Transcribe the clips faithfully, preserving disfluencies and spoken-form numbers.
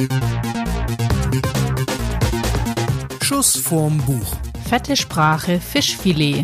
Schuss vorm Buch. Fette Sprache, Fischfilet.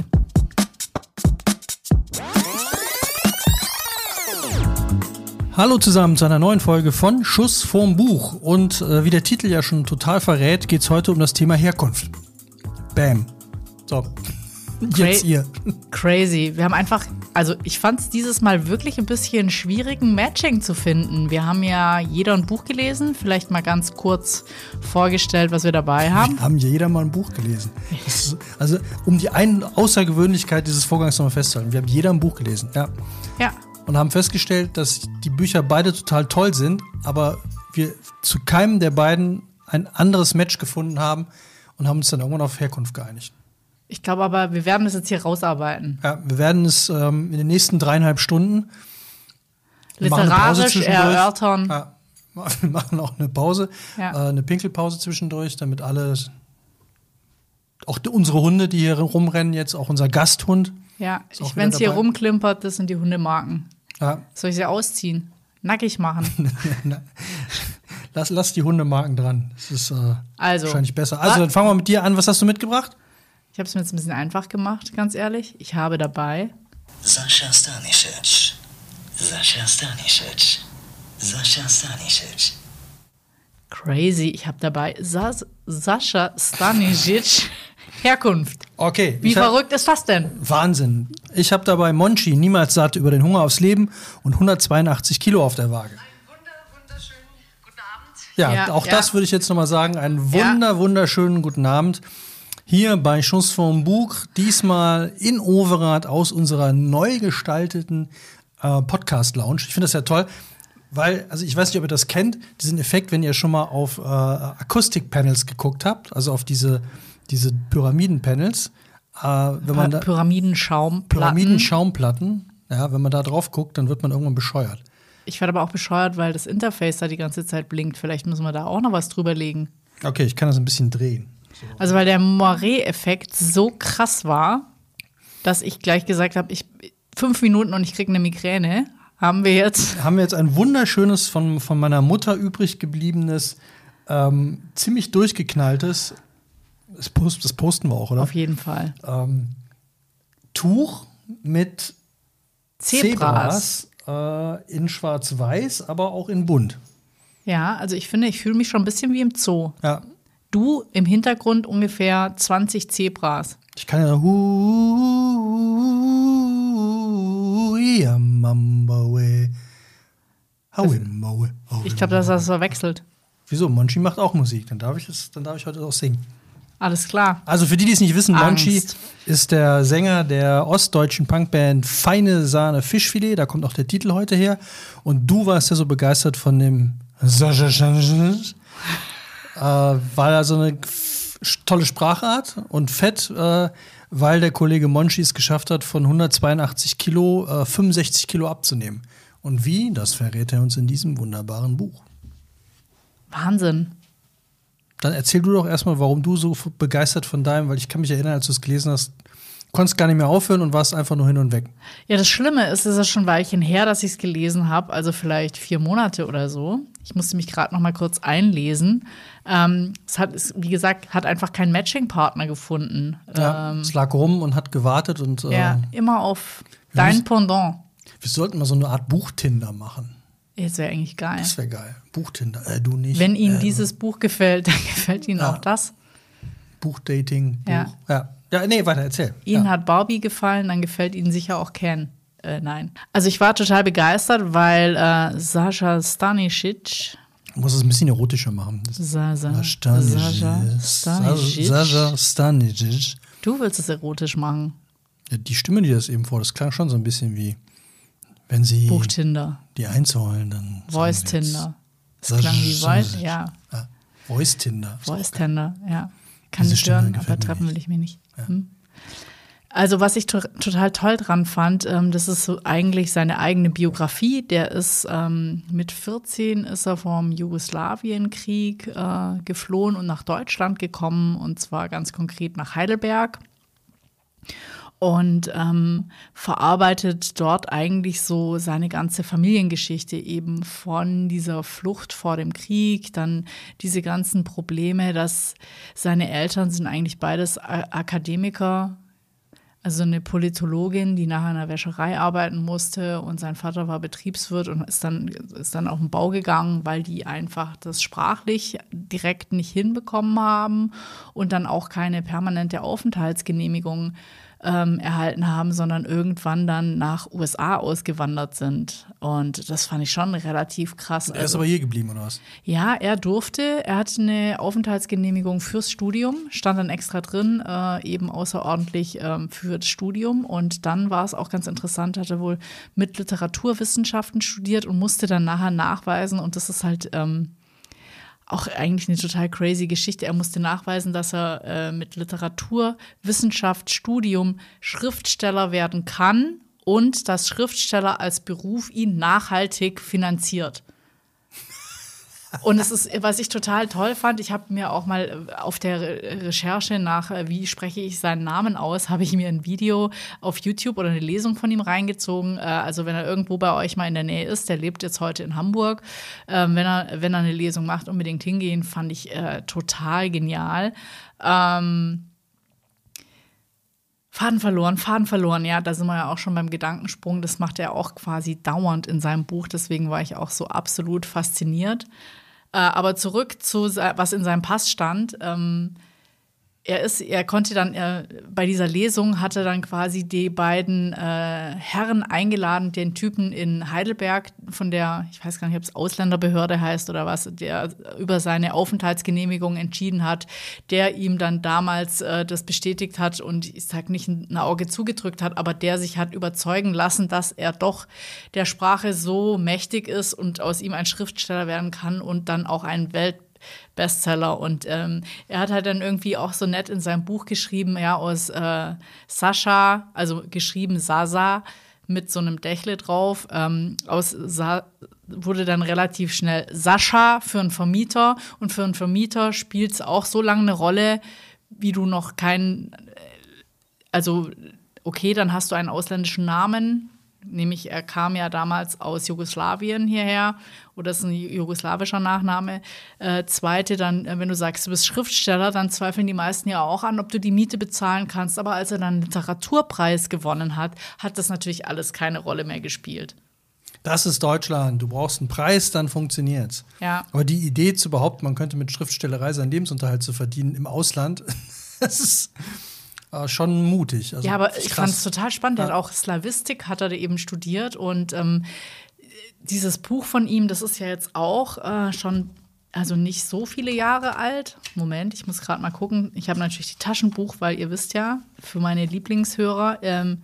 Hallo zusammen zu einer neuen Folge von Schuss vorm Buch. Und äh, wie der Titel ja schon total verrät, geht es heute um das Thema Herkunft. Bam. So, jetzt Cra- ihr. Crazy. Wir haben einfach, also ich fand es dieses Mal wirklich ein bisschen schwierig, ein Matching zu finden. Wir haben ja jeder ein Buch gelesen, vielleicht mal ganz kurz vorgestellt, was wir dabei haben. Wir haben jeder mal ein Buch gelesen. Das ist, also um die Ein- Außergewöhnlichkeit dieses Vorgangs nochmal festzuhalten. Wir haben jeder ein Buch gelesen, ja. Ja. Und haben festgestellt, dass die Bücher beide total toll sind, aber wir zu keinem der beiden ein anderes Match gefunden haben und haben uns dann irgendwann auf Herkunft geeinigt. Ich glaube aber, wir werden es jetzt hier rausarbeiten. Ja, wir werden es ähm, in den nächsten dreieinhalb Stunden wir machen eine Pause Literarisch zwischendurch. erörtern. Ja, wir machen auch eine Pause, Ja. äh, eine Pinkelpause zwischendurch, damit alle, auch die, unsere Hunde, die hier rumrennen, jetzt auch unser Gasthund. Ja, Ist auch wenn es wieder hier dabei. rumklimpert, das sind die Hundemarken. Ja, Soll ich sie ausziehen? Nackig machen? lass, lass die Hundemarken dran. Das ist äh, Also, wahrscheinlich besser. Also, wa- dann fangen wir mit dir an. Was hast du mitgebracht? Ich habe es mir jetzt ein bisschen einfach gemacht, ganz ehrlich. Ich habe dabei Sascha Stanisic. Sascha Stanisic. Sascha Stanisic. Crazy. Ich habe dabei Sas- Sascha Stanisic. Herkunft. Okay. Wie ich hab- verrückt ist das denn? Wahnsinn. Ich habe dabei Monchi, niemals satt, über den Hunger aufs Leben und hundertzweiundachtzig Kilo auf der Waage. Wunder, wunderschönen guten Abend. Ja, Ja, auch ja. das würde ich jetzt nochmal sagen. Einen wunder, wunderschönen guten Abend. Hier bei Schuss vorm Buch, diesmal in Overath aus unserer neu gestalteten äh, Podcast-Lounge. Ich finde das ja toll, weil, also ich weiß nicht, ob ihr das kennt, diesen Effekt, wenn ihr schon mal auf äh, Akustik-Panels geguckt habt, also auf diese, diese Pyramiden-Panels, äh, wenn man da Pyramidenschaumplatten. Pyramidenschaumplatten, ja, wenn man da drauf guckt, dann wird man irgendwann bescheuert. Ich werde aber auch bescheuert, weil das Interface da die ganze Zeit blinkt. Vielleicht müssen wir da auch noch was drüber legen. Okay, ich kann das ein bisschen drehen. Also weil der Moiré-Effekt so krass war, dass ich gleich gesagt habe, ich fünf Minuten und ich kriege eine Migräne. Haben wir jetzt. Haben wir jetzt ein wunderschönes, von, von meiner Mutter übrig gebliebenes, ähm, ziemlich durchgeknalltes, das, post, das posten wir auch, oder? Auf jeden Fall. Ähm, Tuch mit Zebras. Zebras äh, in schwarz-weiß, aber auch in bunt. Ja, also ich finde, ich fühle mich schon ein bisschen wie im Zoo. Ja, Du im Hintergrund ungefähr zwanzig Zebras. ich kann ja hu, ja, Mamba, we. Haue, maue, haue, Ich glaube, dass das verwechselt. Wieso? Monchi macht auch Musik, dann darf ich, es, dann darf ich heute auch singen. Alles klar. Also für die, die es nicht wissen, Angst. Monchi ist der Sänger der ostdeutschen Punkband Feine Sahne Fischfilet. Da kommt auch der Titel heute her. Und du warst ja so begeistert von dem äh, weil er so eine f- tolle Sprache hat und fett, äh, weil der Kollege Monchi es geschafft hat, von hundertzweiundachtzig Kilo äh, fünfundsechzig Kilo abzunehmen. Und wie, das verrät er uns in diesem wunderbaren Buch. Wahnsinn. Dann erzähl du doch erstmal, warum du so f- begeistert von deinem, weil ich kann mich erinnern, als du es gelesen hast, konntest gar nicht mehr aufhören und warst einfach nur hin und weg. Ja, das Schlimme ist, es ist schon ein Weilchen her, dass ich es gelesen habe, also vielleicht vier Monate oder so. Ich musste mich gerade noch mal kurz einlesen. Ähm, es hat, es, wie gesagt, hat einfach keinen Matching-Partner gefunden. Ja, Ähm, es lag rum und hat gewartet und äh, ja, immer auf Wir dein müssen- Pendant. wir sollten mal so eine Art Buchtinder machen. Das wäre eigentlich geil. Das wäre geil. Buchtinder, äh, du nicht. Wenn Ihnen äh, dieses Buch gefällt, dann gefällt Ihnen Ja. auch das. Buchdating, Buch. Ja. ja. Ja, nee, weiter, erzähl. Ihnen ja. hat Barbie gefallen, dann gefällt Ihnen sicher auch Ken. Äh, nein. Also ich war total begeistert, weil äh, Sascha Stanisic, Du musst es ein bisschen erotischer machen. Sascha, Stanisic. Sascha Stanisic, Sascha Stanisic. du willst es erotisch machen. Ja, die Stimme, die das eben vor, das klang schon so ein bisschen wie, wenn sie Buchtinder, die einzuholen, dann. Voice sagen wir jetzt. Tinder. Das klang wie Voice, ja, Ja, Voice Tinder. Voice Tinder, ja. Kann Diese nicht Stimme hören, gefällt aber mir treffen nicht. will ich mir nicht. Hm? Also was ich to total toll dran fand, ähm, das ist so eigentlich seine eigene Biografie. Der ist ähm, mit vierzehn ist er vom Jugoslawienkrieg äh, geflohen und nach Deutschland gekommen, und zwar ganz konkret nach Heidelberg. und ähm, verarbeitet dort eigentlich so seine ganze Familiengeschichte eben von dieser Flucht vor dem Krieg, dann diese ganzen Probleme, dass seine Eltern sind eigentlich beides Akademiker, also eine Politologin, die nachher in einer Wäscherei arbeiten musste und sein Vater war Betriebswirt und ist dann, ist dann auf den Bau gegangen, weil die einfach das sprachlich direkt nicht hinbekommen haben und dann auch keine permanente Aufenthaltsgenehmigung ähm, erhalten haben, sondern irgendwann dann nach U S A ausgewandert sind. Und das fand ich schon relativ krass. Er ist also, aber hier geblieben, oder was? Ja, er durfte. Er hatte eine Aufenthaltsgenehmigung fürs Studium, stand dann extra drin, äh, eben außerordentlich ähm, für das Studium. Und dann war es auch ganz interessant, hat er wohl mit Literaturwissenschaften studiert und musste dann nachher nachweisen. Und das ist halt ähm, auch eigentlich eine total crazy Geschichte. Er musste nachweisen, dass er äh, mit Literaturwissenschaftsstudium Schriftsteller werden kann und dass Schriftsteller als Beruf ihn nachhaltig finanziert. Und es ist, was ich total toll fand, ich habe mir auch mal auf der Recherche nach, wie spreche ich seinen Namen aus, habe ich mir ein Video auf YouTube oder eine Lesung von ihm reingezogen. Also wenn er irgendwo bei euch mal in der Nähe ist, der lebt jetzt heute in Hamburg, wenn er, wenn er eine Lesung macht, unbedingt hingehen, fand ich äh, total genial. Ähm Faden verloren, Faden verloren, ja, da sind wir ja auch schon beim Gedankensprung. Das macht er auch quasi dauernd in seinem Buch, deswegen war ich auch so absolut fasziniert. Äh, aber zurück zu, was in seinem Pass stand. Ähm, er ist, er konnte dann, er, bei dieser Lesung hatte dann quasi die beiden äh, Herren eingeladen, den Typen in Heidelberg von der, ich weiß gar nicht, ob es Ausländerbehörde heißt oder was, der über seine Aufenthaltsgenehmigung entschieden hat, der ihm dann damals äh, das bestätigt hat und ich sag nicht ein Auge zugedrückt hat, aber der sich hat überzeugen lassen, dass er doch der Sprache so mächtig ist und aus ihm ein Schriftsteller werden kann und dann auch ein Welt Bestseller. Und ähm, er hat halt dann irgendwie auch so nett in seinem Buch geschrieben, ja, aus äh, Sascha, also geschrieben Sasa mit so einem Dächle drauf. Ähm, aus Sa wurde dann relativ schnell Sascha für einen Vermieter. Und für einen Vermieter spielt es auch so lange eine Rolle, wie du noch keinen, also okay, dann hast du einen ausländischen Namen. Nämlich, er kam ja damals aus Jugoslawien hierher, oder das ist ein jugoslawischer Nachname. Äh, zweite, dann, wenn du sagst, du bist Schriftsteller, dann zweifeln die meisten ja auch an, ob du die Miete bezahlen kannst. Aber als er dann einen Literaturpreis gewonnen hat, hat das natürlich alles keine Rolle mehr gespielt. Das ist Deutschland. Du brauchst einen Preis, dann funktioniert's. Ja. Aber die Idee zu behaupten, man könnte mit Schriftstellerei seinen Lebensunterhalt zu verdienen im Ausland, das ist Äh, schon mutig. Also, ja, aber ich fand es total spannend. Er ja. hat auch Slawistik, hat er eben studiert. Und ähm, dieses Buch von ihm, das ist ja jetzt auch äh, schon, also nicht so viele Jahre alt. Moment, ich muss gerade mal gucken. Ich habe natürlich die Taschenbuch, weil ihr wisst ja, für meine Lieblingshörer, ähm,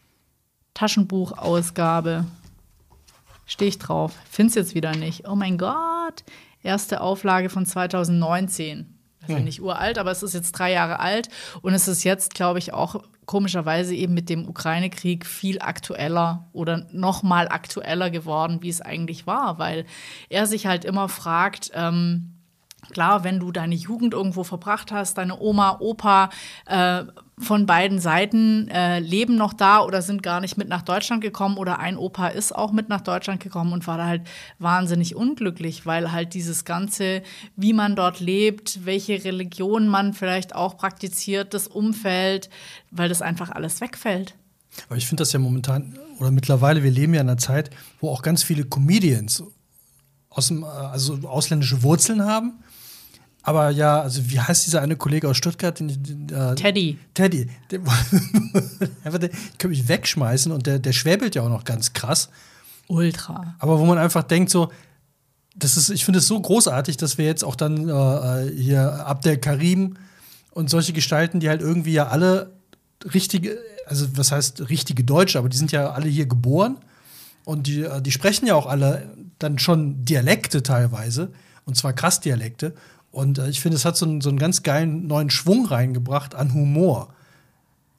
Taschenbuchausgabe. Stehe ich drauf. Find's jetzt wieder nicht. Oh mein Gott. Erste Auflage von zwanzig neunzehn. Das ist ja nicht uralt, aber es ist jetzt drei Jahre alt. Und es ist jetzt, glaube ich, auch komischerweise eben mit dem Ukraine-Krieg viel aktueller oder noch mal aktueller geworden, wie es eigentlich war. Weil er sich halt immer fragt, ähm, klar, wenn du deine Jugend irgendwo verbracht hast, deine Oma, Opa äh, von beiden Seiten äh, leben noch da oder sind gar nicht mit nach Deutschland gekommen oder ein Opa ist auch mit nach Deutschland gekommen und war da halt wahnsinnig unglücklich, weil halt dieses Ganze, wie man dort lebt, welche Religion man vielleicht auch praktiziert, das Umfeld, weil das einfach alles wegfällt. Aber ich finde das ja momentan, oder mittlerweile, wir leben ja in einer Zeit, wo auch ganz viele Comedians aus dem, also ausländische Wurzeln haben. Aber ja, also wie heißt dieser eine Kollege aus Stuttgart? Den, den, äh, Teddy. Teddy. Der, der, der kann mich wegschmeißen und der, der schwäbelt ja auch noch ganz krass. Ultra. Aber wo man einfach denkt so, das ist, ich finde es so großartig, dass wir jetzt auch dann äh, hier Abdel Karim und solche Gestalten, die halt irgendwie ja alle richtige, also was heißt richtige Deutsche, aber die sind ja alle hier geboren und die, die sprechen ja auch alle dann schon Dialekte teilweise und zwar krass Dialekte. Und äh, ich finde, es hat so einen, so einen ganz geilen neuen Schwung reingebracht an Humor.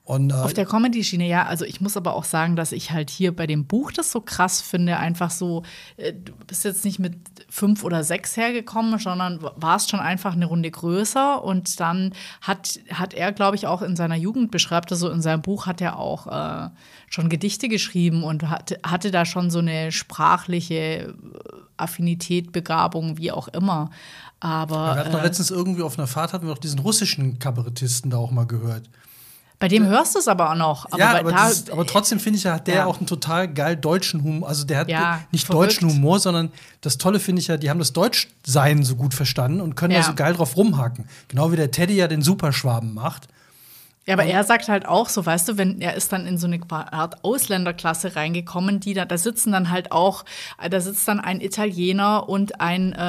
Und, äh, auf der Comedy-Schiene, ja. Also ich muss aber auch sagen, dass ich halt hier bei dem Buch das so krass finde. Einfach so, äh, du bist jetzt nicht mit fünf oder sechs hergekommen, sondern warst schon einfach eine Runde größer. Und dann hat, hat er, glaube ich, auch in seiner Jugend, beschreibt er so in seinem Buch, hat er auch äh, schon Gedichte geschrieben und hat, hatte da schon so eine sprachliche Affinität, Begabung, wie auch immer. Aber wir hatten doch äh, letztens irgendwie auf einer Fahrt, hatten wir doch diesen russischen Kabarettisten da auch mal gehört. bei dem hörst du es aber auch noch. Aber ja, bei, aber, da, das, aber trotzdem finde ich, hat der ja. auch einen total geil deutschen Humor. Also der hat Ja, nicht verrückt. deutschen Humor, sondern das Tolle finde ich ja, die haben das Deutschsein so gut verstanden und können Ja. da so geil drauf rumhaken. Genau wie der Teddy ja den Superschwaben macht. Ja, aber er sagt halt auch so, weißt du, wenn er ist dann in so eine Art Ausländerklasse reingekommen, die da, da sitzen dann halt auch, da sitzt dann ein Italiener und ein, äh,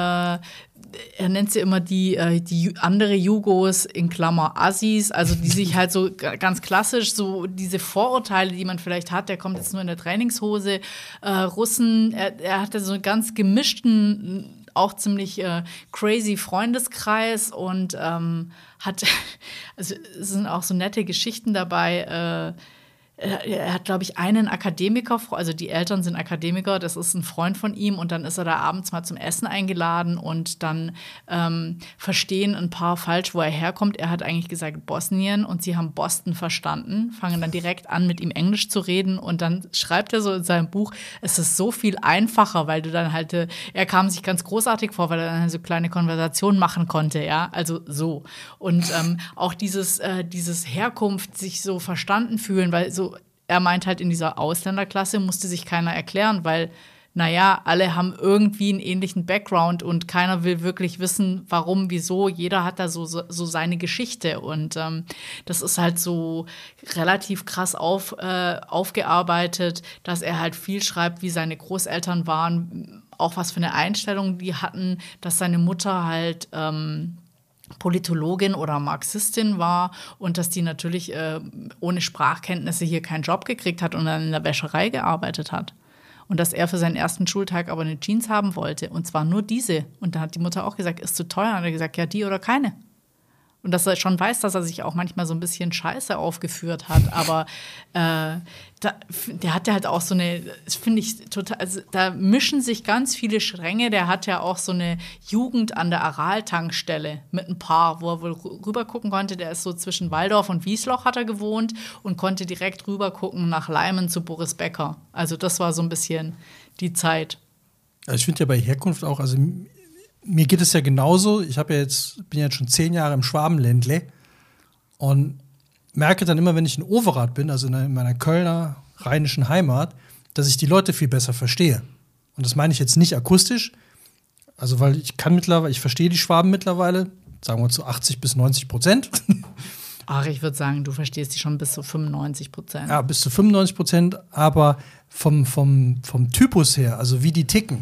er nennt sie immer die, äh, die andere Jugos in Klammer Assis, also die sich halt so g- ganz klassisch so diese Vorurteile, die man vielleicht hat, der kommt jetzt nur in der Trainingshose, äh, Russen, er, er hatte so einen ganz gemischten, auch ziemlich äh, crazy Freundeskreis und ähm, hat, also es sind auch so nette Geschichten dabei. Äh, er, er hat, glaube ich, einen Akademiker, also die Eltern sind Akademiker, das ist ein Freund von ihm und dann ist er da abends mal zum Essen eingeladen und dann ähm, verstehen ein paar falsch, wo er herkommt. Er hat eigentlich gesagt Bosnien und sie haben Boston verstanden, fangen dann direkt an, mit ihm Englisch zu reden und dann schreibt er so in seinem Buch, es ist so viel einfacher, weil du dann halt, äh, er kam sich ganz großartig vor, weil er dann halt so kleine Konversationen machen konnte, ja, also so. Und ähm, auch dieses, äh, dieses Herkunft, sich so verstanden fühlen, weil so, er meint halt, in dieser Ausländerklasse musste sich keiner erklären, weil, naja, alle haben irgendwie einen ähnlichen Background und keiner will wirklich wissen, warum, wieso. Jeder hat da so, so, so seine Geschichte. Und ähm, das ist halt so relativ krass auf, äh, aufgearbeitet, dass er halt viel schreibt, wie seine Großeltern waren, auch was für eine Einstellung die hatten, dass seine Mutter halt ähm, Politologin oder Marxistin war und dass die natürlich äh, ohne Sprachkenntnisse hier keinen Job gekriegt hat und dann in der Wäscherei gearbeitet hat. Und dass er für seinen ersten Schultag aber eine Jeans haben wollte und zwar nur diese. Und da hat die Mutter auch gesagt, ist zu teuer. Und er hat gesagt, ja, die oder keine. Und dass er schon weiß, dass er sich auch manchmal so ein bisschen scheiße aufgeführt hat. Aber äh, da, der hat ja halt auch so eine, das finde ich total, also da mischen sich ganz viele Stränge. Der hat ja auch so eine Jugend an der Aral-Tankstelle mit ein Paar, wo er wohl rüber gucken konnte. Der ist so zwischen Waldorf und Wiesloch hat er gewohnt und konnte direkt rüber gucken nach Leimen zu Boris Becker. Also das war so ein bisschen die Zeit. Also ich finde ja bei Herkunft auch, also mir geht es ja genauso. Ich habe ja jetzt, bin ja jetzt schon zehn Jahre im Schwabenländle und merke dann immer, wenn ich in Overath bin, also in meiner Kölner rheinischen Heimat, dass ich die Leute viel besser verstehe. Und das meine ich jetzt nicht akustisch, also weil ich kann mittlerweile, ich verstehe die Schwaben mittlerweile, sagen wir zu achtzig bis neunzig Prozent. Ach, ich würde sagen, du verstehst die schon bis zu fünfundneunzig Prozent. Ja, bis zu fünfundneunzig Prozent, aber vom, vom, vom Typus her, also wie die ticken,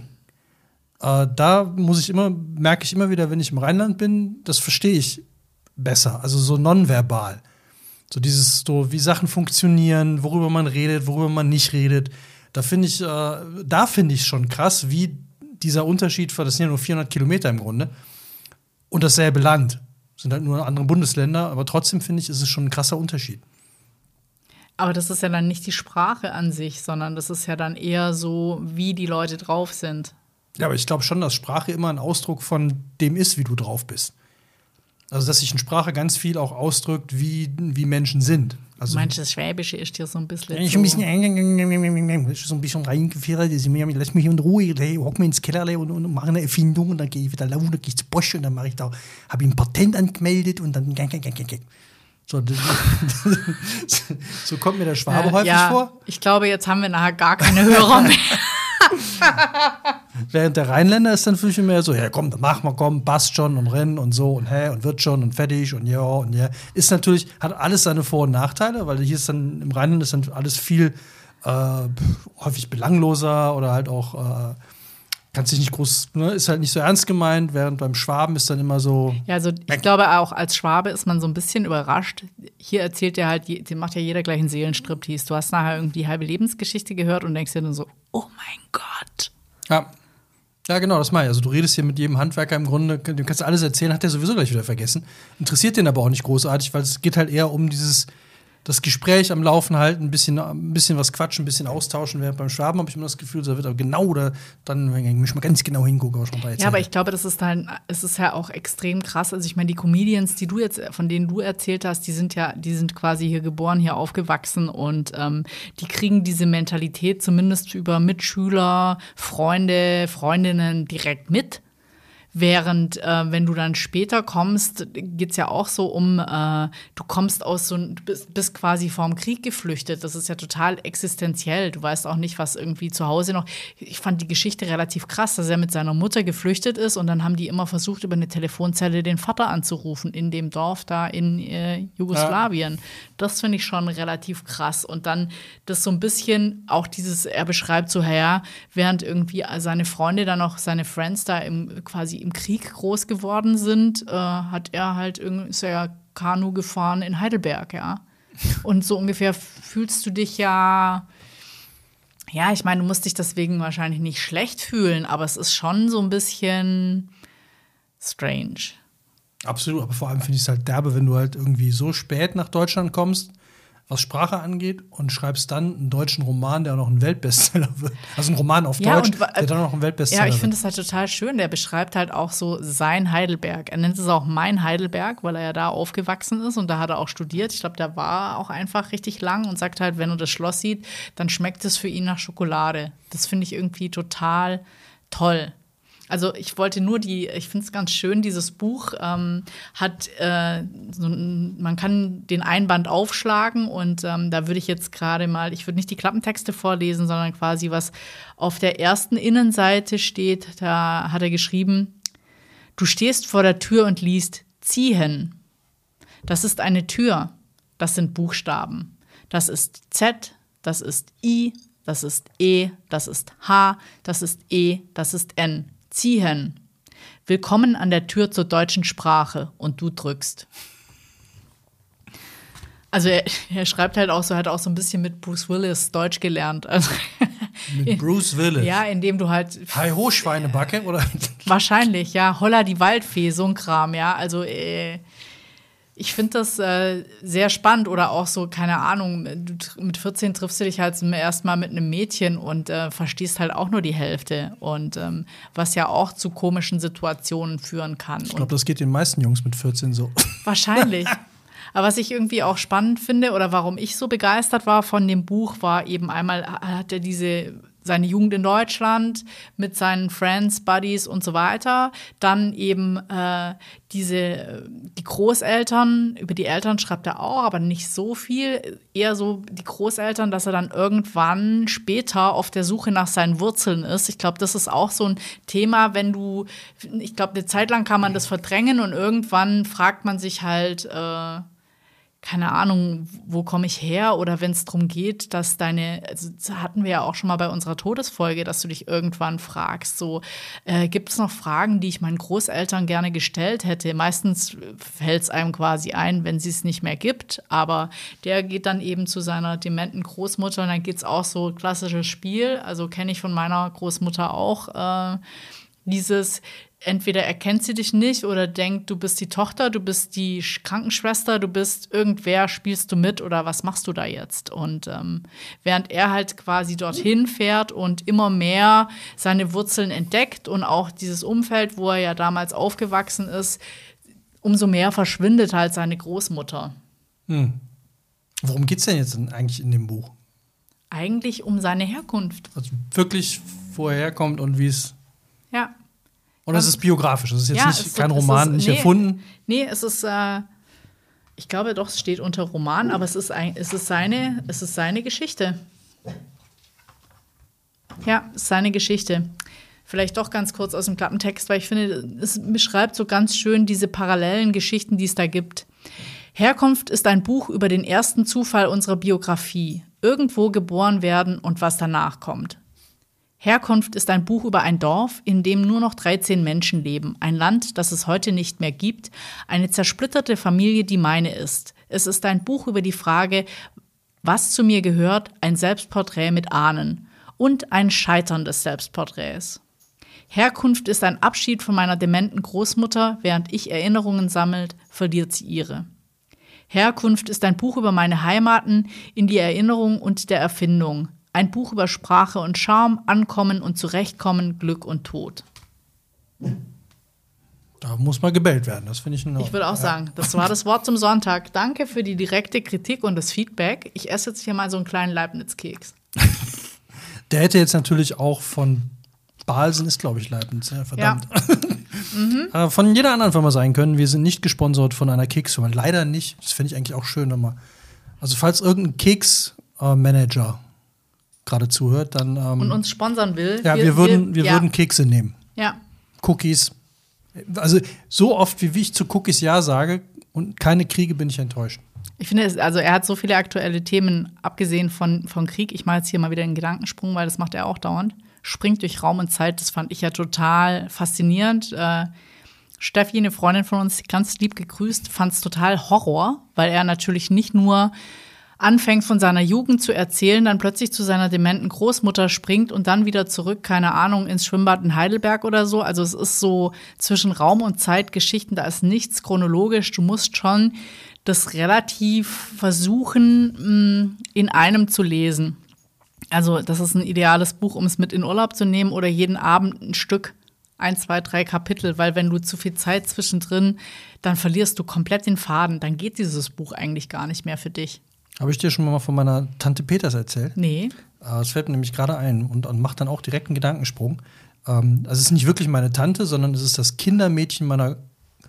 Äh, da muss ich immer, merke ich immer wieder, wenn ich im Rheinland bin, das verstehe ich besser, also so nonverbal. So dieses, so wie Sachen funktionieren, worüber man redet, worüber man nicht redet. Da finde ich, äh, da finde ich schon krass, wie dieser Unterschied, das sind ja nur vierhundert Kilometer im Grunde, und dasselbe Land. Sind halt nur andere Bundesländer, aber trotzdem finde ich, ist es schon ein krasser Unterschied. Aber das ist ja dann nicht die Sprache an sich, sondern das ist ja dann eher so, wie die Leute drauf sind. Ja, aber ich glaube schon, dass Sprache immer ein Ausdruck von dem ist, wie du drauf bist. Also, dass sich in Sprache ganz viel auch ausdrückt, wie, wie Menschen sind. Also, du meinst, das Schwäbische ist dir so ein bisschen. ich so ein bisschen, so ein bisschen reingefährt, lass mich in Ruhe, hock mir ins Kellerle und, und mache eine Erfindung und dann gehe ich wieder laufen, dann gehe ich zu Bosch und dann mache ich da, habe ich ein Patent angemeldet und dann. So, so kommt mir der Schwabe äh, häufig ja, vor. Ich glaube, jetzt haben wir nachher gar keine Hörer mehr. Während der Rheinländer ist dann viel mehr so, ja komm, dann mach mal, komm, passt schon und renn und so und hä und wird schon und fertig und ja und ja. Ist natürlich, hat alles seine Vor- und Nachteile, weil hier ist dann, im Rheinland ist dann alles viel äh, häufig belangloser oder halt auch, äh, kannst dich nicht groß, ne, ist halt nicht so ernst gemeint, während beim Schwaben ist dann immer so. Ja, also ich glaube auch als Schwabe ist man so ein bisschen überrascht. Hier erzählt ja halt, den macht ja jeder gleich einen Seelenstriptease. Du hast nachher irgendwie die halbe Lebensgeschichte gehört und denkst dir dann so, oh mein Gott. Ja. Ja, genau, das meine ich. Also du redest hier mit jedem Handwerker im Grunde, dem kannst du alles erzählen, hat der sowieso gleich wieder vergessen. Interessiert den aber auch nicht großartig, weil es geht halt eher um dieses, das Gespräch am Laufen halten, ein bisschen, ein bisschen was quatschen, ein bisschen austauschen. Während beim Schwaben habe ich immer das Gefühl, da wird aber genau da, dann muss ich mal ganz genau hingucken, was man da erzählt. Ja, aber ich glaube, das ist dann, es ist ja auch extrem krass. Also ich meine, die Comedians, die du jetzt, von denen du erzählt hast, die sind ja, die sind quasi hier geboren, hier aufgewachsen und ähm, die kriegen diese Mentalität zumindest über Mitschüler, Freunde, Freundinnen direkt mit. Während, äh, wenn du dann später kommst, geht's ja auch so um, äh, du kommst aus so, du bist, bist quasi vorm Krieg geflüchtet. Das ist ja total existenziell. Du weißt auch nicht, was irgendwie zu Hause noch. Ich fand die Geschichte relativ krass, dass er mit seiner Mutter geflüchtet ist und dann haben die immer versucht, über eine Telefonzelle den Vater anzurufen in dem Dorf da in äh, Jugoslawien. Ja. Das finde ich schon relativ krass. Und dann das so ein bisschen, auch dieses, er beschreibt so, ja, während irgendwie seine Freunde dann noch, seine Friends da im quasi im Krieg groß geworden sind, äh, hat er halt irgendwie, ist er ja Kanu gefahren in Heidelberg, ja. Und so ungefähr fühlst du dich ja, ja, ich meine, du musst dich deswegen wahrscheinlich nicht schlecht fühlen, aber es ist schon so ein bisschen strange. Absolut, aber vor allem finde ich es halt derbe, wenn du halt irgendwie so spät nach Deutschland kommst, was Sprache angeht, und schreibst dann einen deutschen Roman, der auch noch ein Weltbestseller wird. Also ein Roman auf ja, Deutsch, und, der dann noch ein Weltbestseller wird. Ja, ich finde es halt total schön. Der beschreibt halt auch so sein Heidelberg. Er nennt es auch mein Heidelberg, weil er ja da aufgewachsen ist und da hat er auch studiert. Ich glaube, der war auch einfach richtig lang und sagt halt, wenn er das Schloss sieht, dann schmeckt es für ihn nach Schokolade. Das finde ich irgendwie total toll. Also ich wollte nur die, ich finde es ganz schön, dieses Buch ähm, hat, äh, so, man kann den Einband aufschlagen und ähm, da würde ich jetzt gerade mal, ich würde nicht die Klappentexte vorlesen, sondern quasi was auf der ersten Innenseite steht, da hat er geschrieben, du stehst vor der Tür und liest ziehen. Das ist eine Tür, das sind Buchstaben. Das ist Z, das ist I, das ist E, das ist H, das ist E, das ist N. Ziehen. Willkommen an der Tür zur deutschen Sprache und du drückst. Also er, er schreibt halt auch so, er hat auch so ein bisschen mit Bruce Willis Deutsch gelernt. Also mit Bruce Willis? Ja, indem du halt Hi ho, Schweinebacke, oder? Wahrscheinlich, ja. Holla die Waldfee, so ein Kram, ja. Also äh, ich finde das äh, sehr spannend oder auch so, keine Ahnung, du, mit vierzehn triffst du dich halt zum ersten Mal mit einem Mädchen und äh, verstehst halt auch nur die Hälfte. Und ähm, was ja auch zu komischen Situationen führen kann. Ich glaube, das geht den meisten Jungs mit vierzehn so. Wahrscheinlich. Aber was ich irgendwie auch spannend finde oder warum ich so begeistert war von dem Buch, war eben einmal, hat er diese seine Jugend in Deutschland mit seinen Friends, Buddies und so weiter. Dann eben äh, diese, die Großeltern, über die Eltern schreibt er auch, aber nicht so viel. Eher so die Großeltern, dass er dann irgendwann später auf der Suche nach seinen Wurzeln ist. Ich glaube, das ist auch so ein Thema, wenn du, ich glaube, eine Zeit lang kann man das verdrängen und irgendwann fragt man sich halt, äh, keine Ahnung, wo komme ich her? Oder wenn es darum geht, dass deine, also das hatten wir ja auch schon mal bei unserer Todesfolge, dass du dich irgendwann fragst, so, äh, gibt es noch Fragen, die ich meinen Großeltern gerne gestellt hätte? Meistens fällt es einem quasi ein, wenn sie es nicht mehr gibt. Aber der geht dann eben zu seiner dementen Großmutter und dann geht es auch so klassisches Spiel. Also kenne ich von meiner Großmutter auch äh, dieses entweder erkennt sie dich nicht oder denkt, du bist die Tochter, du bist die Krankenschwester, du bist irgendwer, spielst du mit oder was machst du da jetzt? Und ähm, während er halt quasi dorthin fährt und immer mehr seine Wurzeln entdeckt und auch dieses Umfeld, wo er ja damals aufgewachsen ist, umso mehr verschwindet halt seine Großmutter. Hm. Worum geht's denn jetzt eigentlich in dem Buch? Eigentlich um seine Herkunft. Also wirklich, wo er herkommt und wie es. Ja. Und das ist biografisch, das ist jetzt ja, nicht, ist, kein Roman, ist, nicht nee, erfunden. Nee, es ist, äh, ich glaube doch, es steht unter Roman, aber es ist, ein, es ist, seine, es ist seine Geschichte. Ja, es ist seine Geschichte. Vielleicht doch ganz kurz aus dem Klappentext, weil ich finde, es beschreibt so ganz schön diese parallelen Geschichten, die es da gibt. Herkunft ist ein Buch über den ersten Zufall unserer Biografie. Irgendwo geboren werden und was danach kommt. Herkunft ist ein Buch über ein Dorf, in dem nur noch dreizehn Menschen leben. Ein Land, das es heute nicht mehr gibt. Eine zersplitterte Familie, die meine ist. Es ist ein Buch über die Frage, was zu mir gehört, ein Selbstporträt mit Ahnen. Und ein Scheitern des Selbstporträts. Herkunft ist ein Abschied von meiner dementen Großmutter. Während ich Erinnerungen sammelt, verliert sie ihre. Herkunft ist ein Buch über meine Heimaten in die Erinnerung und der Erfindung. Ein Buch über Sprache und Charme, Ankommen und Zurechtkommen, Glück und Tod. Da muss mal gebellt werden, das finde ich in Ich würde auch ja. sagen, das war das Wort zum Sonntag. Danke für die direkte Kritik und das Feedback. Ich esse jetzt hier mal so einen kleinen Leibniz-Keks. Der hätte jetzt natürlich auch von Balsen ist, glaube ich, Leibniz. Ja, verdammt. Ja. mhm. äh, von jeder anderen Firma sein können. Wir sind nicht gesponsert von einer Keksfirma. Leider nicht. Das finde ich eigentlich auch schön. Wenn man also falls irgendein Keks-Manager gerade zuhört, dann ähm, und uns sponsern will. Ja, wir, wir würden, wir ja. würden Kekse nehmen. Ja. Cookies. Also so oft, wie ich zu Cookies Ja sage und keine kriege, bin ich enttäuscht. Ich finde, es, also er hat so viele aktuelle Themen, abgesehen von, von Krieg. Ich mache jetzt hier mal wieder einen Gedankensprung, weil das macht er auch dauernd. Springt durch Raum und Zeit, das fand ich ja total faszinierend. Äh, Steffi, eine Freundin von uns, ganz lieb gegrüßt, fand es total Horror, weil er natürlich nicht nur anfängt, von seiner Jugend zu erzählen, dann plötzlich zu seiner dementen Großmutter springt und dann wieder zurück, keine Ahnung, ins Schwimmbad in Heidelberg oder so. Also es ist so zwischen Raum und Zeit Geschichten, da ist nichts chronologisch. Du musst schon das relativ versuchen, in einem zu lesen. Also das ist ein ideales Buch, um es mit in Urlaub zu nehmen oder jeden Abend ein Stück, ein, zwei, drei Kapitel, weil wenn du zu viel Zeit zwischendrin, dann verlierst du komplett den Faden. Dann geht dieses Buch eigentlich gar nicht mehr für dich. Habe ich dir schon mal von meiner Tante Peters erzählt? Nee. Das fällt mir nämlich gerade ein und, und macht dann auch direkt einen Gedankensprung. Ähm, also es ist nicht wirklich meine Tante, sondern es ist das Kindermädchen meiner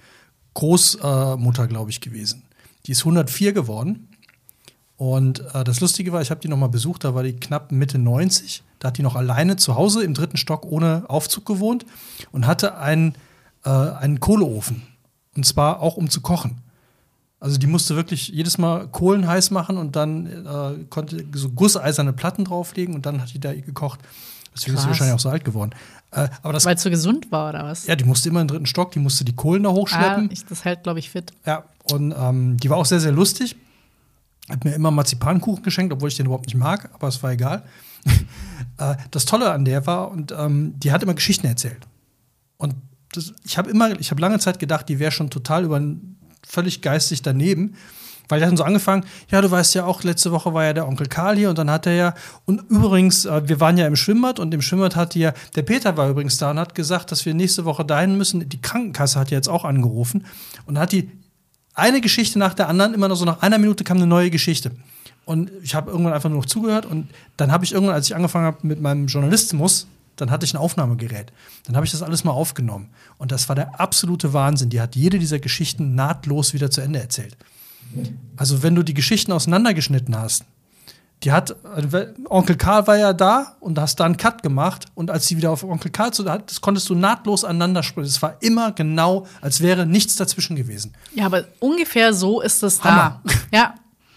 Großmutter, glaube ich, gewesen. Die ist hundertvier geworden. Und äh, das Lustige war, ich habe die noch mal besucht, da war die knapp Mitte neunzig. Da hat die noch alleine zu Hause im dritten Stock ohne Aufzug gewohnt und hatte einen, äh, einen Kohleofen. Und zwar auch, um zu kochen. Also die musste wirklich jedes Mal Kohlen heiß machen und dann äh, konnte so gusseiserne Platten drauflegen und dann hat die da gekocht. Deswegen Krass. ist sie wahrscheinlich auch so alt geworden. Äh, aber das, Weil es so gesund war, oder was? ja, die musste immer in den dritten Stock, die musste die Kohlen da hochschleppen. Ah, ich, das hält, glaube ich, fit. Ja, und ähm, die war auch sehr, sehr lustig. Hat mir immer Marzipankuchen geschenkt, obwohl ich den überhaupt nicht mag, aber es war egal. äh, das Tolle an der war, und ähm, die hat immer Geschichten erzählt. Und das, ich habe immer, ich habe lange Zeit gedacht, die wäre schon total über völlig geistig daneben. Weil der hat dann so angefangen, ja, du weißt ja auch, letzte Woche war ja der Onkel Karl hier und dann hat er ja, und übrigens, äh, wir waren ja im Schwimmbad und im Schwimmbad hat ja, der Peter war übrigens da und hat gesagt, dass wir nächste Woche dahin müssen. Die Krankenkasse hat ja jetzt auch angerufen und dann hat die eine Geschichte nach der anderen, immer noch so nach einer Minute kam eine neue Geschichte. Und ich habe irgendwann einfach nur noch zugehört und dann habe ich irgendwann, als ich angefangen habe mit meinem Journalismus, dann hatte ich ein Aufnahmegerät. Dann habe ich das alles mal aufgenommen. Und das war der absolute Wahnsinn. Die hat jede dieser Geschichten nahtlos wieder zu Ende erzählt. Also wenn du die Geschichten auseinandergeschnitten hast, die hat, Onkel Karl war ja da und hast da einen Cut gemacht und als sie wieder auf Onkel Karl zu, das konntest du nahtlos aneinander sprechen. Es war immer genau, als wäre nichts dazwischen gewesen. Ja, aber ungefähr so ist es Hammer. da. Ja.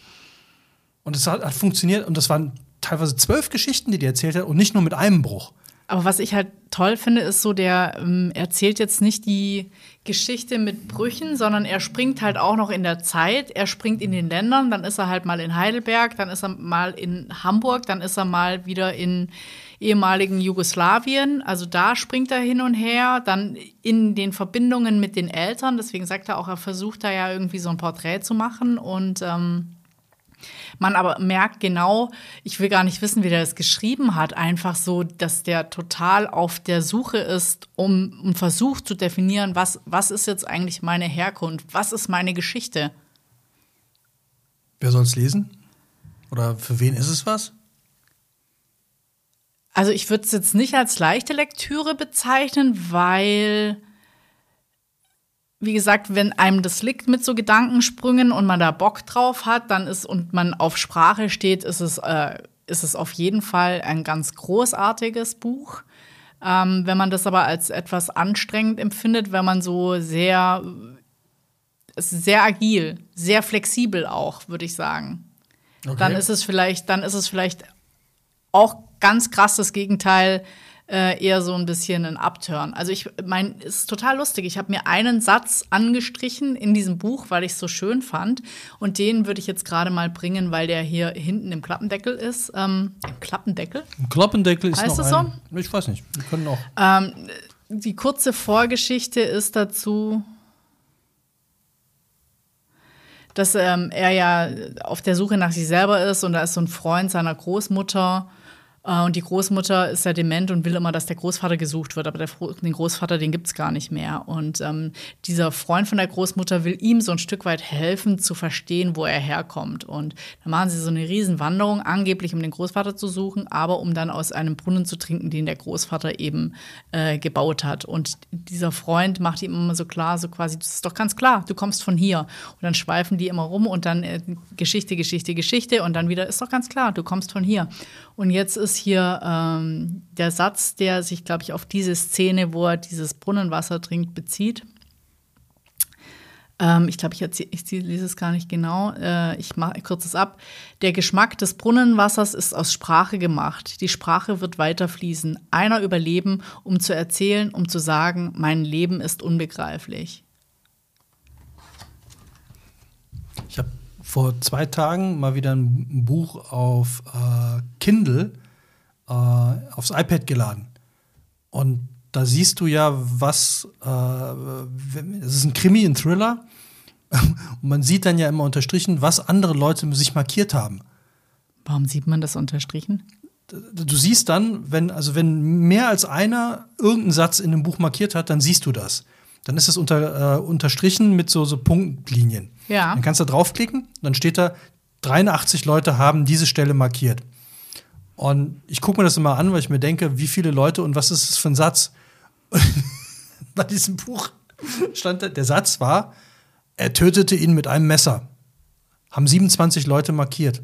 Und es hat, hat funktioniert und das waren teilweise zwölf Geschichten, die die erzählt hat und nicht nur mit einem Bruch. Aber was ich halt toll finde, ist so, der ähm, erzählt jetzt nicht die Geschichte mit Brüchen, sondern er springt halt auch noch in der Zeit. Er springt in den Ländern, dann ist er halt mal in Heidelberg, dann ist er mal in Hamburg, dann ist er mal wieder in ehemaligen Jugoslawien. Also da springt er hin und her, dann in den Verbindungen mit den Eltern. Deswegen sagt er auch, er versucht da ja irgendwie so ein Porträt zu machen und ähm, man aber merkt genau, ich will gar nicht wissen, wie der das geschrieben hat, einfach so, dass der total auf der Suche ist, um, um versucht zu definieren, was, was ist jetzt eigentlich meine Herkunft, was ist meine Geschichte. Wer soll es lesen? Oder für wen ist es was? Also ich würde es jetzt nicht als leichte Lektüre bezeichnen, weil, wie gesagt, wenn einem das liegt mit so Gedankensprüngen und man da Bock drauf hat, dann ist und man auf Sprache steht, ist es, äh, ist es auf jeden Fall ein ganz großartiges Buch. Ähm, wenn man das aber als etwas anstrengend empfindet, wenn man so sehr, es ist sehr agil, sehr flexibel auch, würde ich sagen. Okay. Dann ist es vielleicht, dann ist es vielleicht auch ganz krass das Gegenteil, Äh, eher so ein bisschen ein Upturn. Also ich meine, es ist total lustig. Ich habe mir einen Satz angestrichen in diesem Buch, weil ich es so schön fand. Und den würde ich jetzt gerade mal bringen, weil der hier hinten im Klappendeckel ist. Ähm, Im Klappendeckel? Im Klappendeckel ist heißt noch das ein, so? Ich weiß nicht. Wir können auch. Ähm, die kurze Vorgeschichte ist dazu, dass ähm, er ja auf der Suche nach sich selber ist und da ist so ein Freund seiner Großmutter. Äh, und die Großmutter ist ja dement und will immer, dass der Großvater gesucht wird. Aber der, den Großvater, den gibt's gar nicht mehr. Und ähm, dieser Freund von der Großmutter will ihm so ein Stück weit helfen, zu verstehen, wo er herkommt. Und dann machen sie so eine Riesenwanderung, angeblich um den Großvater zu suchen, aber um dann aus einem Brunnen zu trinken, den der Großvater eben äh, gebaut hat. Und dieser Freund macht ihm immer so klar, so quasi, das ist doch ganz klar, du kommst von hier. Und dann schweifen die immer rum und dann äh, Geschichte, Geschichte, Geschichte und dann wieder, ist doch ganz klar, du kommst von hier. Und jetzt ist hier ähm, der Satz, der sich, glaube ich, auf diese Szene, wo er dieses Brunnenwasser trinkt, bezieht. Ähm, ich glaube, ich, ich lese es gar nicht genau. Äh, ich mache kurz es ab. Der Geschmack des Brunnenwassers ist aus Sprache gemacht. Die Sprache wird weiterfließen. Einer überleben, um zu erzählen, um zu sagen, mein Leben ist unbegreiflich. Ich habe vor zwei Tagen mal wieder ein Buch auf äh, Kindle äh, aufs iPad geladen. Und da siehst du ja, was äh, es ist ein Krimi, ein Thriller. Und man sieht dann ja immer unterstrichen, was andere Leute sich markiert haben. Warum sieht man das unterstrichen? Du siehst dann, wenn, also wenn mehr als einer irgendeinen Satz in dem Buch markiert hat, dann siehst du das. Dann ist es unter, äh, unterstrichen mit so, so Punktlinien. Ja. Dann kannst du draufklicken, dann steht da, dreiundachtzig Leute haben diese Stelle markiert. Und ich gucke mir das immer an, weil ich mir denke, wie viele Leute und was ist das für ein Satz? Bei diesem Buch stand der, der Satz war, er tötete ihn mit einem Messer. Haben siebenundzwanzig Leute markiert.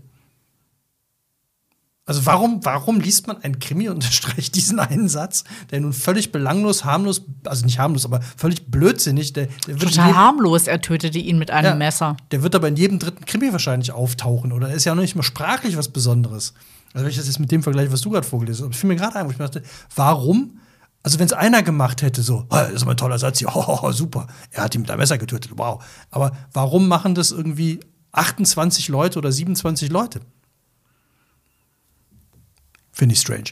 Also warum, warum liest man einen Krimi und unterstreicht diesen einen Satz, der nun völlig belanglos, harmlos, also nicht harmlos, aber völlig blödsinnig. Der, der wird Total harmlos, er tötete ihn mit einem ja, Messer. Der wird aber in jedem dritten Krimi wahrscheinlich auftauchen. Oder ist ja auch noch nicht mal sprachlich was Besonderes. Also wenn ich das jetzt mit dem vergleiche, was du gerade vorgelesen hast, fiel mir gerade ein, wo ich mir dachte, warum? Also wenn es einer gemacht hätte, so, oh, das ist aber ein toller Satz, oh, super, er hat ihn mit einem Messer getötet, wow. Aber warum machen das irgendwie achtundzwanzig Leute oder siebenundzwanzig Leute? Finde ich strange.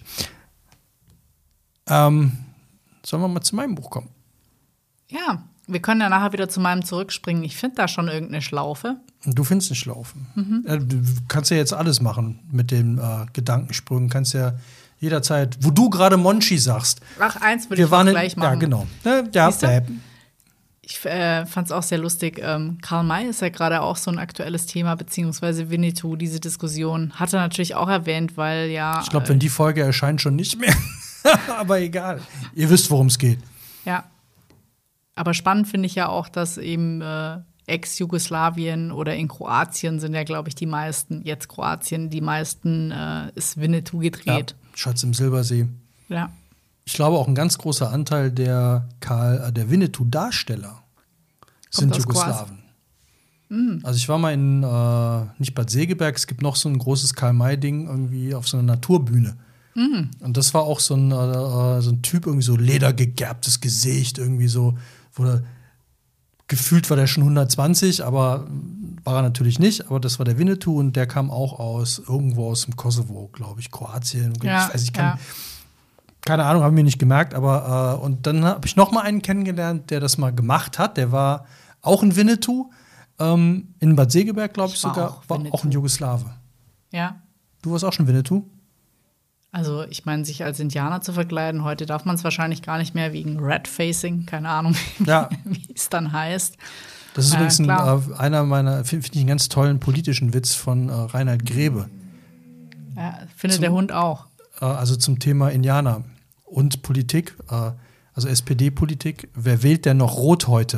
Ähm, sollen wir mal zu meinem Buch kommen? Ja, wir können ja nachher wieder zu meinem zurückspringen. Ich finde da schon irgendeine Schlaufe. Du findest eine Schlaufe. Mhm. Ja, du kannst ja jetzt alles machen mit den äh, Gedankensprüngen. Kannst ja jederzeit, wo du gerade Monchi sagst. Ach, eins würde ich waren gleich machen. Ja, genau. Ja, ja, ich äh, fand es auch sehr lustig. Ähm, Karl May ist ja gerade auch so ein aktuelles Thema, beziehungsweise Winnetou, diese Diskussion. Hat er natürlich auch erwähnt, weil ja. Ich glaube, wenn die Folge erscheint, schon nicht mehr. Aber egal. Ihr wisst, worum es geht. Ja. Aber spannend finde ich ja auch, dass eben äh, Ex-Jugoslawien oder in Kroatien sind ja, glaube ich, die meisten, jetzt Kroatien, die meisten äh, ist Winnetou gedreht. Ja, Schatz im Silbersee. Ja. Ich glaube, auch ein ganz großer Anteil der, Karl, äh, der Winnetou-Darsteller sind Jugoslawen. Mhm. Also ich war mal in, äh, nicht Bad Segeberg, es gibt noch so ein großes Karl-May-Ding irgendwie auf so einer Naturbühne. Mhm. Und das war auch so ein, äh, so ein Typ, irgendwie so ledergegerbtes Gesicht, irgendwie so, wo der, gefühlt war der schon hundertzwanzig, aber war er natürlich nicht. Aber das war der Winnetou und der kam auch aus, irgendwo aus dem Kosovo, glaube ich, Kroatien. Ja, ich weiß, ich kann ja. Keine Ahnung, haben wir nicht gemerkt, aber äh, und dann habe ich noch mal einen kennengelernt, der das mal gemacht hat. Der war auch ein Winnetou, ähm, in Bad Segeberg, glaube ich, ich war sogar, auch war auch ein Jugoslawe. Ja. Du warst auch schon Winnetou? Also, ich meine, sich als Indianer zu verkleiden, heute darf man es wahrscheinlich gar nicht mehr wegen Red-Facing, keine Ahnung, ja. wie es dann heißt. Das ist äh, übrigens ein, äh, einer meiner, finde ich, einen ganz tollen politischen Witz von äh, Reinhard Grebe. Ja, findet zum, der Hund auch. Äh, also zum Thema Indianer und Politik, äh, also S P D-Politik. Wer wählt denn noch Rot heute?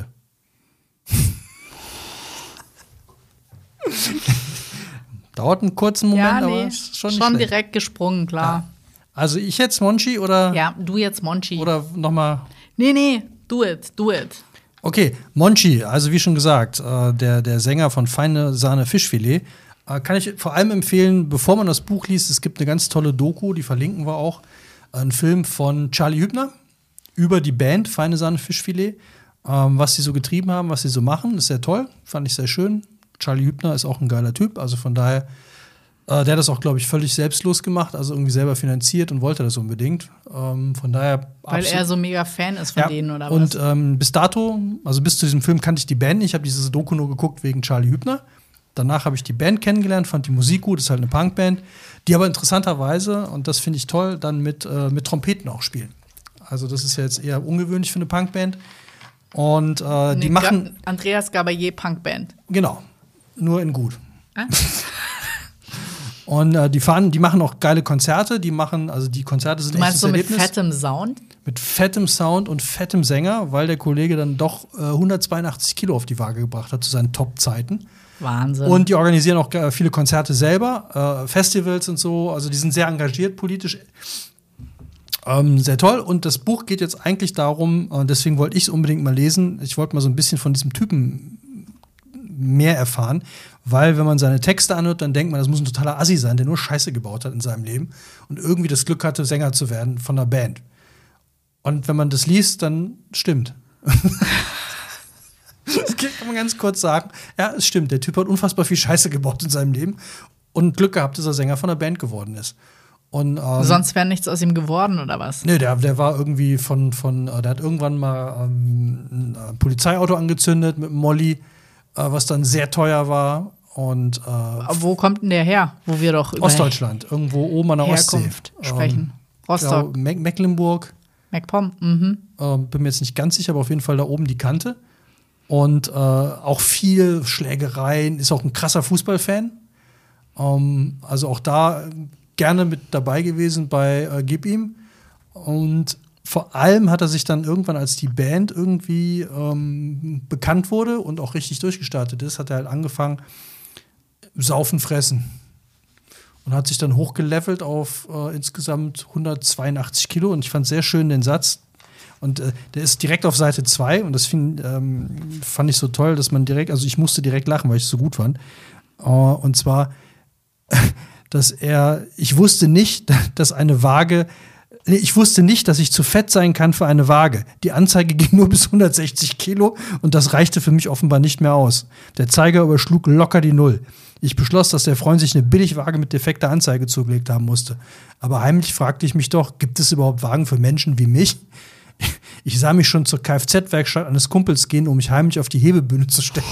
Dauert einen kurzen Moment, ja, nee, aber ist schon, nicht schon schlecht. direkt gesprungen, klar. Ja. Also ich jetzt Monchi oder? Ja, du jetzt Monchi. Oder nochmal? Nee, nee, do it, do it. Okay, Monchi, also wie schon gesagt, äh, der, der Sänger von Feine Sahne Fischfilet, äh, kann ich vor allem empfehlen, bevor man das Buch liest, es gibt eine ganz tolle Doku, die verlinken wir auch, ein Film von Charlie Hübner über die Band Feine Sahne Fischfilet, ähm, was sie so getrieben haben, was sie so machen, ist sehr toll, fand ich sehr schön. Charlie Hübner ist auch ein geiler Typ, also von daher Äh, der hat das auch, glaube ich, völlig selbstlos gemacht, also irgendwie selber finanziert und wollte das unbedingt. Ähm, von daher. Weil er so mega Fan ist von ja. denen oder was? Und ähm, bis dato, also bis zu diesem Film kannte ich die Band nicht. Ich habe dieses Doku nur geguckt wegen Charlie Hübner. Danach habe ich die Band kennengelernt, fand die Musik gut, ist halt eine Punkband, die aber interessanterweise, und das finde ich toll, dann mit, äh, mit Trompeten auch spielen. Also das ist ja jetzt eher ungewöhnlich für eine Punkband. Und äh, die nee, machen. Andreas Gabayé Punkband. Genau, nur in gut. Ah? Und äh, die fahren, die machen auch geile Konzerte, die machen, also die Konzerte sind Du meinst echtes so mit Erlebnis. fettem Sound? Mit fettem Sound und fettem Sänger, weil der Kollege dann doch äh, hundertzweiundachtzig Kilo auf die Waage gebracht hat zu seinen Top-Zeiten. Wahnsinn. Und die organisieren auch äh, viele Konzerte selber, äh, Festivals und so, also die sind sehr engagiert politisch. Ähm, sehr toll. Und das Buch geht jetzt eigentlich darum, und deswegen wollte ich es unbedingt mal lesen, ich wollte mal so ein bisschen von diesem Typen mehr erfahren, weil wenn man seine Texte anhört, dann denkt man, das muss ein totaler Assi sein, der nur Scheiße gebaut hat in seinem Leben und irgendwie das Glück hatte, Sänger zu werden von einer Band. Und wenn man das liest, dann stimmt. Das kann man ganz kurz sagen. Ja, es stimmt, der Typ hat unfassbar viel Scheiße gebaut in seinem Leben und Glück gehabt, dass er Sänger von einer Band geworden ist. Und, ähm, Sonst wäre nichts aus ihm geworden, oder was? Nee, der, der war irgendwie von, von äh, der hat irgendwann mal ähm, ein äh, Polizeiauto angezündet mit einem Molly, äh, was dann sehr teuer war. Und, äh, Wo kommt denn der her? Wo wir doch über Ostdeutschland, irgendwo oben an der Herkunft Ostsee. sprechen. Ähm, Rostock. Ja, Me- Mecklenburg. MacPom. Mhm. Ähm, bin mir jetzt nicht ganz sicher, aber auf jeden Fall da oben die Kante. Und äh, auch viel Schlägereien, ist auch ein krasser Fußballfan. Ähm, also auch da gerne mit dabei gewesen bei äh, Gib ihm. Und vor allem hat er sich dann irgendwann, als die Band irgendwie ähm, bekannt wurde und auch richtig durchgestartet ist, hat er halt angefangen, saufen, fressen. Und hat sich dann hochgelevelt auf äh, insgesamt hundertzweiundachtzig Kilo. Und ich fand sehr schön den Satz. Und äh, der ist direkt auf Seite zwei. Und das fing, ähm, fand ich so toll, dass man direkt, also ich musste direkt lachen, weil ich es so gut fand. Äh, und zwar, dass er, ich wusste nicht, dass eine Waage, nee, ich wusste nicht, dass ich zu fett sein kann für eine Waage. Die Anzeige ging nur bis hundertsechzig Kilo und das reichte für mich offenbar nicht mehr aus. Der Zeiger überschlug locker die Null. Ich beschloss, dass der Freund sich eine Billigwaage mit defekter Anzeige zugelegt haben musste. Aber heimlich fragte ich mich doch, gibt es überhaupt Wagen für Menschen wie mich? Ich sah mich schon zur Kfz-Werkstatt eines Kumpels gehen, um mich heimlich auf die Hebebühne zu stellen.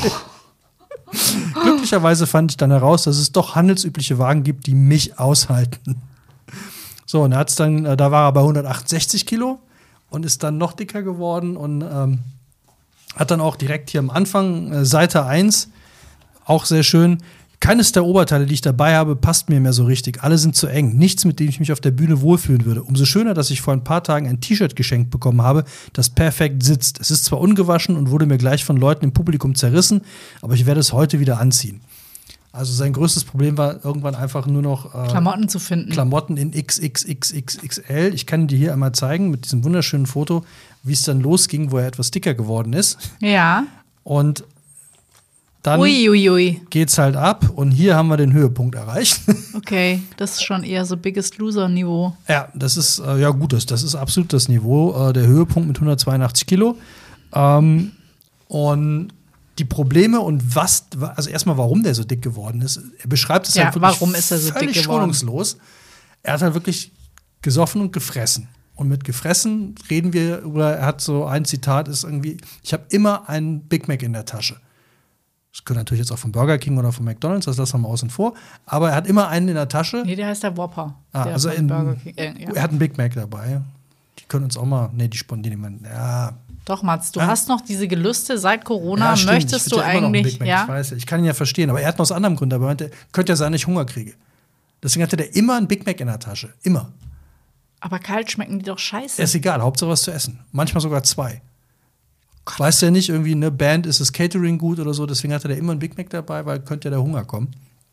Glücklicherweise fand ich dann heraus, dass es doch handelsübliche Wagen gibt, die mich aushalten. So, und er hat's dann, da war er bei hundertachtundsechzig Kilo und ist dann noch dicker geworden und ähm, hat dann auch direkt hier am Anfang, äh, Seite eins, auch sehr schön, keines der Oberteile, die ich dabei habe, passt mir mehr so richtig. Alle sind zu eng. Nichts, mit dem ich mich auf der Bühne wohlfühlen würde. Umso schöner, dass ich vor ein paar Tagen ein T-Shirt geschenkt bekommen habe, das perfekt sitzt. Es ist zwar ungewaschen und wurde mir gleich von Leuten im Publikum zerrissen, aber ich werde es heute wieder anziehen. Also sein größtes Problem war irgendwann einfach nur noch äh, Klamotten zu finden. Klamotten in X X X X X L. Ich kann dir hier einmal zeigen mit diesem wunderschönen Foto, wie es dann losging, wo er etwas dicker geworden ist. Ja. Und dann Uiuiui. geht's halt ab und hier haben wir den Höhepunkt erreicht. Okay, das ist schon eher so Biggest Loser-Niveau. Ja, das ist, äh, ja gut, das, das ist absolut das Niveau. Äh, der Höhepunkt mit hundertzweiundachtzig Kilo. Ähm, und die Probleme und was, also erstmal, warum der so dick geworden ist. Er beschreibt es Ja, halt wirklich warum ist er so dick völlig geworden? schonungslos. Er hat halt wirklich gesoffen und gefressen. Und mit gefressen reden wir über, er hat so ein Zitat, ist irgendwie, ich habe immer einen Big Mac in der Tasche. Das könnte natürlich jetzt auch vom Burger King oder vom McDonald's, das lassen wir mal außen vor. Aber er hat immer einen in der Tasche. Nee, der heißt der Whopper. Ah, der also von in, Burger King. Äh, ja. Er hat einen Big Mac dabei. Die können uns auch mal, nee, die spontan, ja. Doch, Mats, du Ja. hast noch diese Gelüste seit Corona. Ja, stimmt. Möchtest Ich du will ja immer noch einen eigentlich, Big Mac, ja? Ich weiß ja, ich kann ihn ja verstehen, aber er hat noch aus anderem Grund, aber er meinte, könnte ja sein, dass ich Hunger kriege. Deswegen hatte der immer einen Big Mac in der Tasche. Immer. Aber kalt schmecken die doch scheiße. Ist egal, Hauptsache was zu essen. Manchmal sogar zwei. Weißt du ja nicht, irgendwie eine Band, ist das Catering gut oder so, deswegen hatte der immer einen Big Mac dabei, weil könnte ja der Hunger kommen.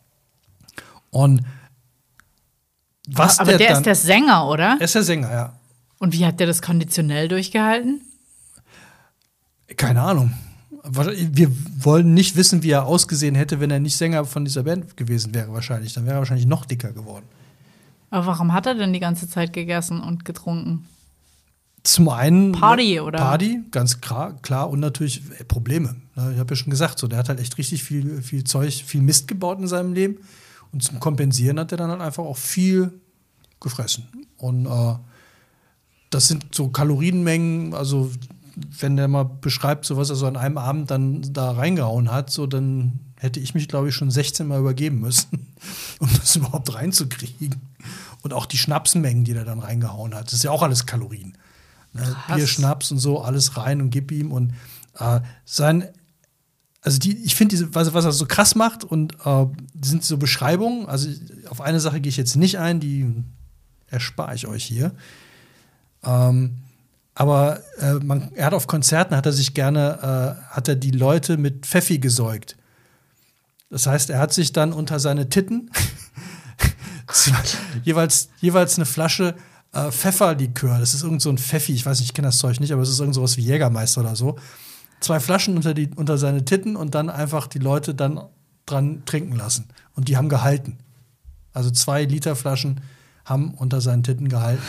Und was aber der, der dann, ist der Sänger, oder? Er ist der Sänger, ja. Und wie hat der das konditionell durchgehalten? Keine Ahnung. Wir wollen nicht wissen, wie er ausgesehen hätte, wenn er nicht Sänger von dieser Band gewesen wäre, wahrscheinlich. Dann wäre er wahrscheinlich noch dicker geworden. Aber warum hat er denn die ganze Zeit gegessen und getrunken? Zum einen Party, oder? Party, ganz klar, klar und natürlich äh, Probleme. Ne, ich habe ja schon gesagt, so, der hat halt echt richtig viel, viel Zeug, viel Mist gebaut in seinem Leben Und zum Kompensieren hat er dann halt einfach auch viel gefressen. Und äh, das sind so Kalorienmengen, also wenn der mal beschreibt, so was er so an einem Abend dann da reingehauen hat, so dann hätte ich mich, glaube ich, schon sechzehn Mal übergeben müssen, um das überhaupt reinzukriegen. Und auch die Schnapsmengen, die er dann reingehauen hat, das ist ja auch alles Kalorien. Ne? Bier, Schnaps und so, alles rein und gib ihm. Und äh, sein, also die, ich finde, diese, was, was er so krass macht, und äh, sind so Beschreibungen, also auf eine Sache gehe ich jetzt nicht ein, die erspare ich euch hier. Ähm, aber äh, man, er hat auf Konzerten, hat er sich gerne, äh, hat er die Leute mit Pfeffi gesäugt. Das heißt, er hat sich dann unter seine Titten jeweils, jeweils eine Flasche äh, Pfefferlikör, das ist irgend so ein Pfeffi, ich weiß nicht, ich kenne das Zeug nicht, aber es ist irgend sowas wie Jägermeister oder so. Zwei Flaschen unter, die, unter seine Titten und dann einfach die Leute dann dran trinken lassen. Und die haben gehalten. Also zwei Liter Flaschen haben unter seinen Titten gehalten.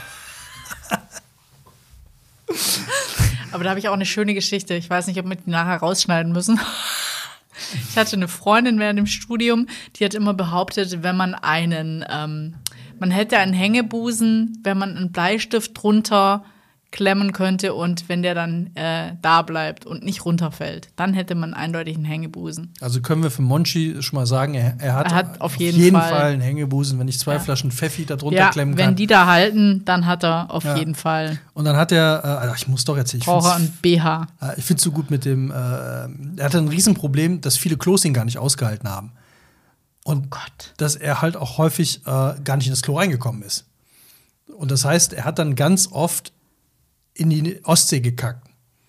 Aber da habe ich auch eine schöne Geschichte. Ich weiß nicht, ob wir die nachher rausschneiden müssen. Ich hatte eine Freundin während dem Studium, die hat immer behauptet, wenn man einen, ähm, man hätte einen Hängebusen, wenn man einen Bleistift drunter klemmen könnte und wenn der dann äh, da bleibt und nicht runterfällt, dann hätte man eindeutig einen Hängebusen. Also können wir für Monchi schon mal sagen, er, er, hat, er hat auf jeden, jeden Fall, Fall einen Hängebusen, wenn ich zwei ja. Flaschen Pfeffi da drunter ja, klemmen kann. Wenn die da halten, dann hat er auf ja. jeden Fall. Und dann hat er, äh, ich muss doch erzählen, ich braucht er einen B H. Äh, ich finde es so gut mit dem, äh, er hatte ein Riesenproblem, dass viele Klos ihn gar nicht ausgehalten haben. Und oh Gott. Dass er halt auch häufig äh, gar nicht in das Klo reingekommen ist. Und das heißt, er hat dann ganz oft in die Ostsee gekackt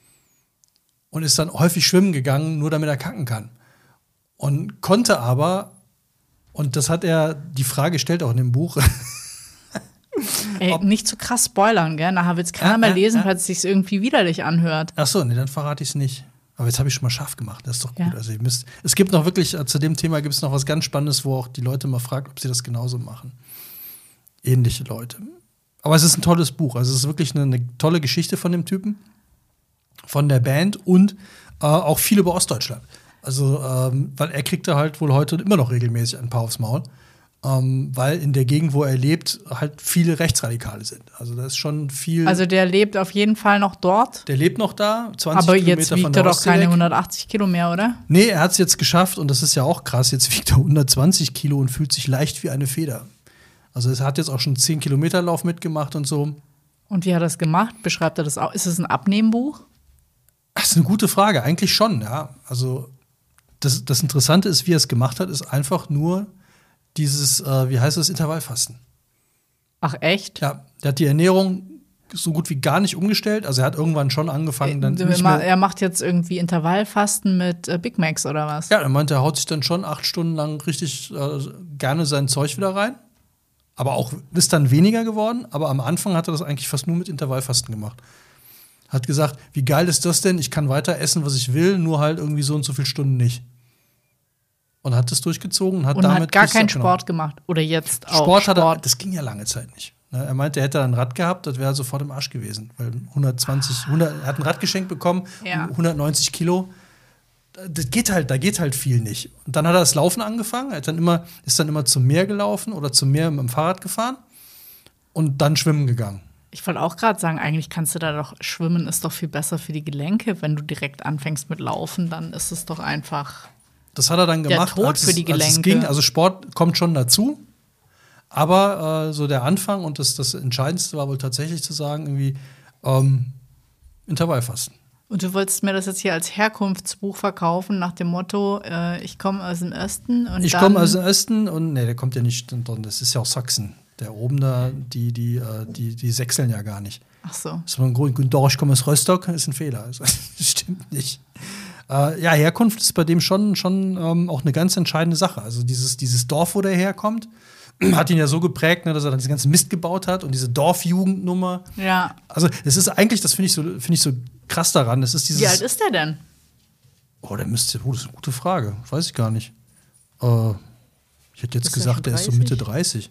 und ist dann häufig schwimmen gegangen, nur damit er kacken kann. Und konnte aber, und das hat er, die Frage stellt auch in dem Buch. Ey, nicht zu krass spoilern, gell? Nachher will es keiner ja, mehr ja, lesen, ja. falls es sich irgendwie widerlich anhört. Ach so, nee, dann verrate ich es nicht. Aber jetzt habe ich schon mal scharf gemacht, das ist doch gut. Ja. Also ihr müsst, es gibt noch wirklich, äh, zu dem Thema gibt es noch was ganz Spannendes, wo auch die Leute mal fragen, ob sie das genauso machen. Ähnliche Leute. Aber es ist ein tolles Buch. Also es ist wirklich eine, eine tolle Geschichte von dem Typen, von der Band und äh, auch viel über Ostdeutschland. Also, ähm, weil er kriegt da halt wohl heute immer noch regelmäßig ein paar aufs Maul. Ähm, weil in der Gegend, wo er lebt, halt viele Rechtsradikale sind. Also da ist schon viel. Also der lebt auf jeden Fall noch dort. Der lebt noch da, zwanzig aber Kilometer jetzt von wiegt der er doch Ostsee keine weg. hundertachtzig Kilo mehr, oder? Nee, er hat es jetzt geschafft und das ist ja auch krass. Jetzt wiegt er hundertzwanzig Kilo und fühlt sich leicht wie eine Feder. Also er hat jetzt auch schon zehn Kilometer Lauf mitgemacht und so. Und wie hat er das gemacht? Beschreibt er das auch? Ist es ein Abnehmbuch? Das ist eine gute Frage. Eigentlich schon, ja. Also das, das Interessante ist, wie er es gemacht hat, ist einfach nur dieses, äh, wie heißt das, Intervallfasten. Ach, echt? Ja, der hat die Ernährung so gut wie gar nicht umgestellt. Also er hat irgendwann schon angefangen, dann er, nicht mehr er macht jetzt irgendwie Intervallfasten mit äh, Big Macs oder was? Ja, er meinte, er haut sich dann schon acht Stunden lang richtig äh, gerne sein Zeug wieder rein. Aber auch ist dann weniger geworden. Aber am Anfang hat er das eigentlich fast nur mit Intervallfasten gemacht. Hat gesagt, wie geil ist das denn? Ich kann weiter essen, was ich will, nur halt irgendwie so und so viele Stunden nicht. Und hat das durchgezogen und hat und damit hat gar richtig keinen abgenommen. Sport gemacht. Oder jetzt auch Sport hat er, Sport. das ging ja lange Zeit nicht. Er meinte, er hätte ein Rad gehabt, das wäre sofort im Arsch gewesen. Weil hundertzwanzig, hundert, er hat ein Rad geschenkt bekommen, Ja. hundertneunzig Kilo. Das geht halt, da geht halt viel nicht. Und dann hat er das Laufen angefangen, er hat dann immer, ist dann immer zum Meer gelaufen oder zum Meer mit dem Fahrrad gefahren und dann schwimmen gegangen. Ich wollte auch gerade sagen, eigentlich kannst du da doch, Schwimmen ist doch viel besser für die Gelenke. Wenn du direkt anfängst mit Laufen, dann ist es doch einfach Das hat er dann der gemacht, Tod als, für die es, als es Gelenke. ging. Also Sport kommt schon dazu. Aber äh, so der Anfang und das, das Entscheidendste war wohl tatsächlich zu sagen, irgendwie ähm, Intervallfasten. Und du wolltest mir das jetzt hier als Herkunftsbuch verkaufen, nach dem Motto, äh, ich komme aus dem Osten und Ich dann komme aus dem Osten und nee, der kommt ja nicht, das ist ja auch Sachsen. Der oben da, die, die, äh, die, die sechseln ja gar nicht. Ach so. Das war ein Grund, guten Tag, ich komme aus Rostock, ist ein Fehler. Also, das stimmt nicht. Äh, ja, Herkunft ist bei dem schon, schon ähm, auch eine ganz entscheidende Sache. Also dieses, dieses Dorf, wo der herkommt, hat ihn ja so geprägt, ne, dass er dann diesen ganzen Mist gebaut hat und diese Dorfjugendnummer. Ja. Also es ist eigentlich, das finde ich, so, find ich so krass daran. Das ist dieses, Wie alt ist der denn? Oh, der müsste, oh, das ist eine gute Frage. Weiß ich gar nicht. Äh, ich hätte jetzt Ist er gesagt, schon der ist so dreißig? Mitte dreißig.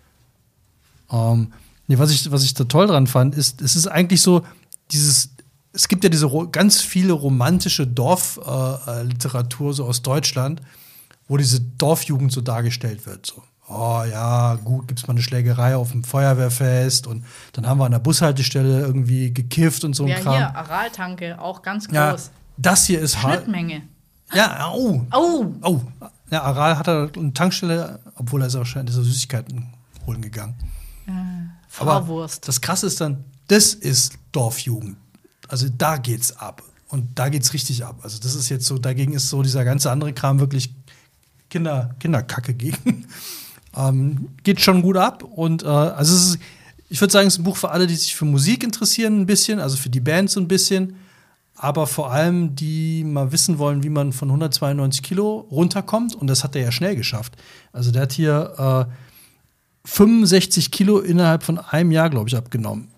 Ähm, nee, was ich, was ich da toll dran fand, ist, es ist eigentlich so, dieses, es gibt ja diese ro- ganz viele romantische Dorfliteratur äh, äh, so aus Deutschland, wo diese Dorfjugend so dargestellt wird. So, oh ja, gut, gibt's mal eine Schlägerei auf dem Feuerwehrfest und dann haben wir an der Bushaltestelle irgendwie gekifft und so ein Ja, Kram. hier, Araltanke, auch ganz groß. Ja, das hier ist halt. Schnittmenge. Ja, oh. Oh! Oh. Ja, Aral hat er eine Tankstelle, obwohl er ist wahrscheinlich so Süßigkeiten holen gegangen. Äh, Aber Frauwurst. das Krasse ist dann, das ist Dorfjugend. Also da geht's ab. Und da geht's richtig ab. Also das ist jetzt so, dagegen ist so dieser ganze andere Kram wirklich Kinder, Kinderkacke gegen. ähm, geht schon gut ab. Und äh, also es ist, ich würde sagen, es ist ein Buch für alle, die sich für Musik interessieren ein bisschen, also für die Band so ein bisschen. Aber vor allem, die mal wissen wollen, wie man von hundertzweiundneunzig Kilo runterkommt. Und das hat er ja schnell geschafft. Also der hat hier äh, fünfundsechzig Kilo innerhalb von einem Jahr, glaube ich, abgenommen.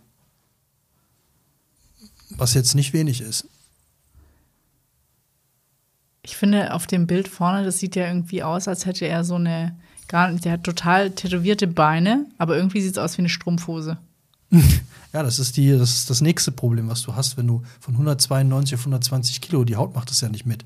Was jetzt nicht wenig ist. Ich finde, auf dem Bild vorne, das sieht ja irgendwie aus, als hätte er so eine, gar nicht, der hat total tätowierte Beine, aber irgendwie sieht es aus wie eine Strumpfhose. Ja, das ist, die, das ist das nächste Problem, was du hast, wenn du von hundertzweiundneunzig auf hundertzwanzig Kilo, die Haut macht das ja nicht mit.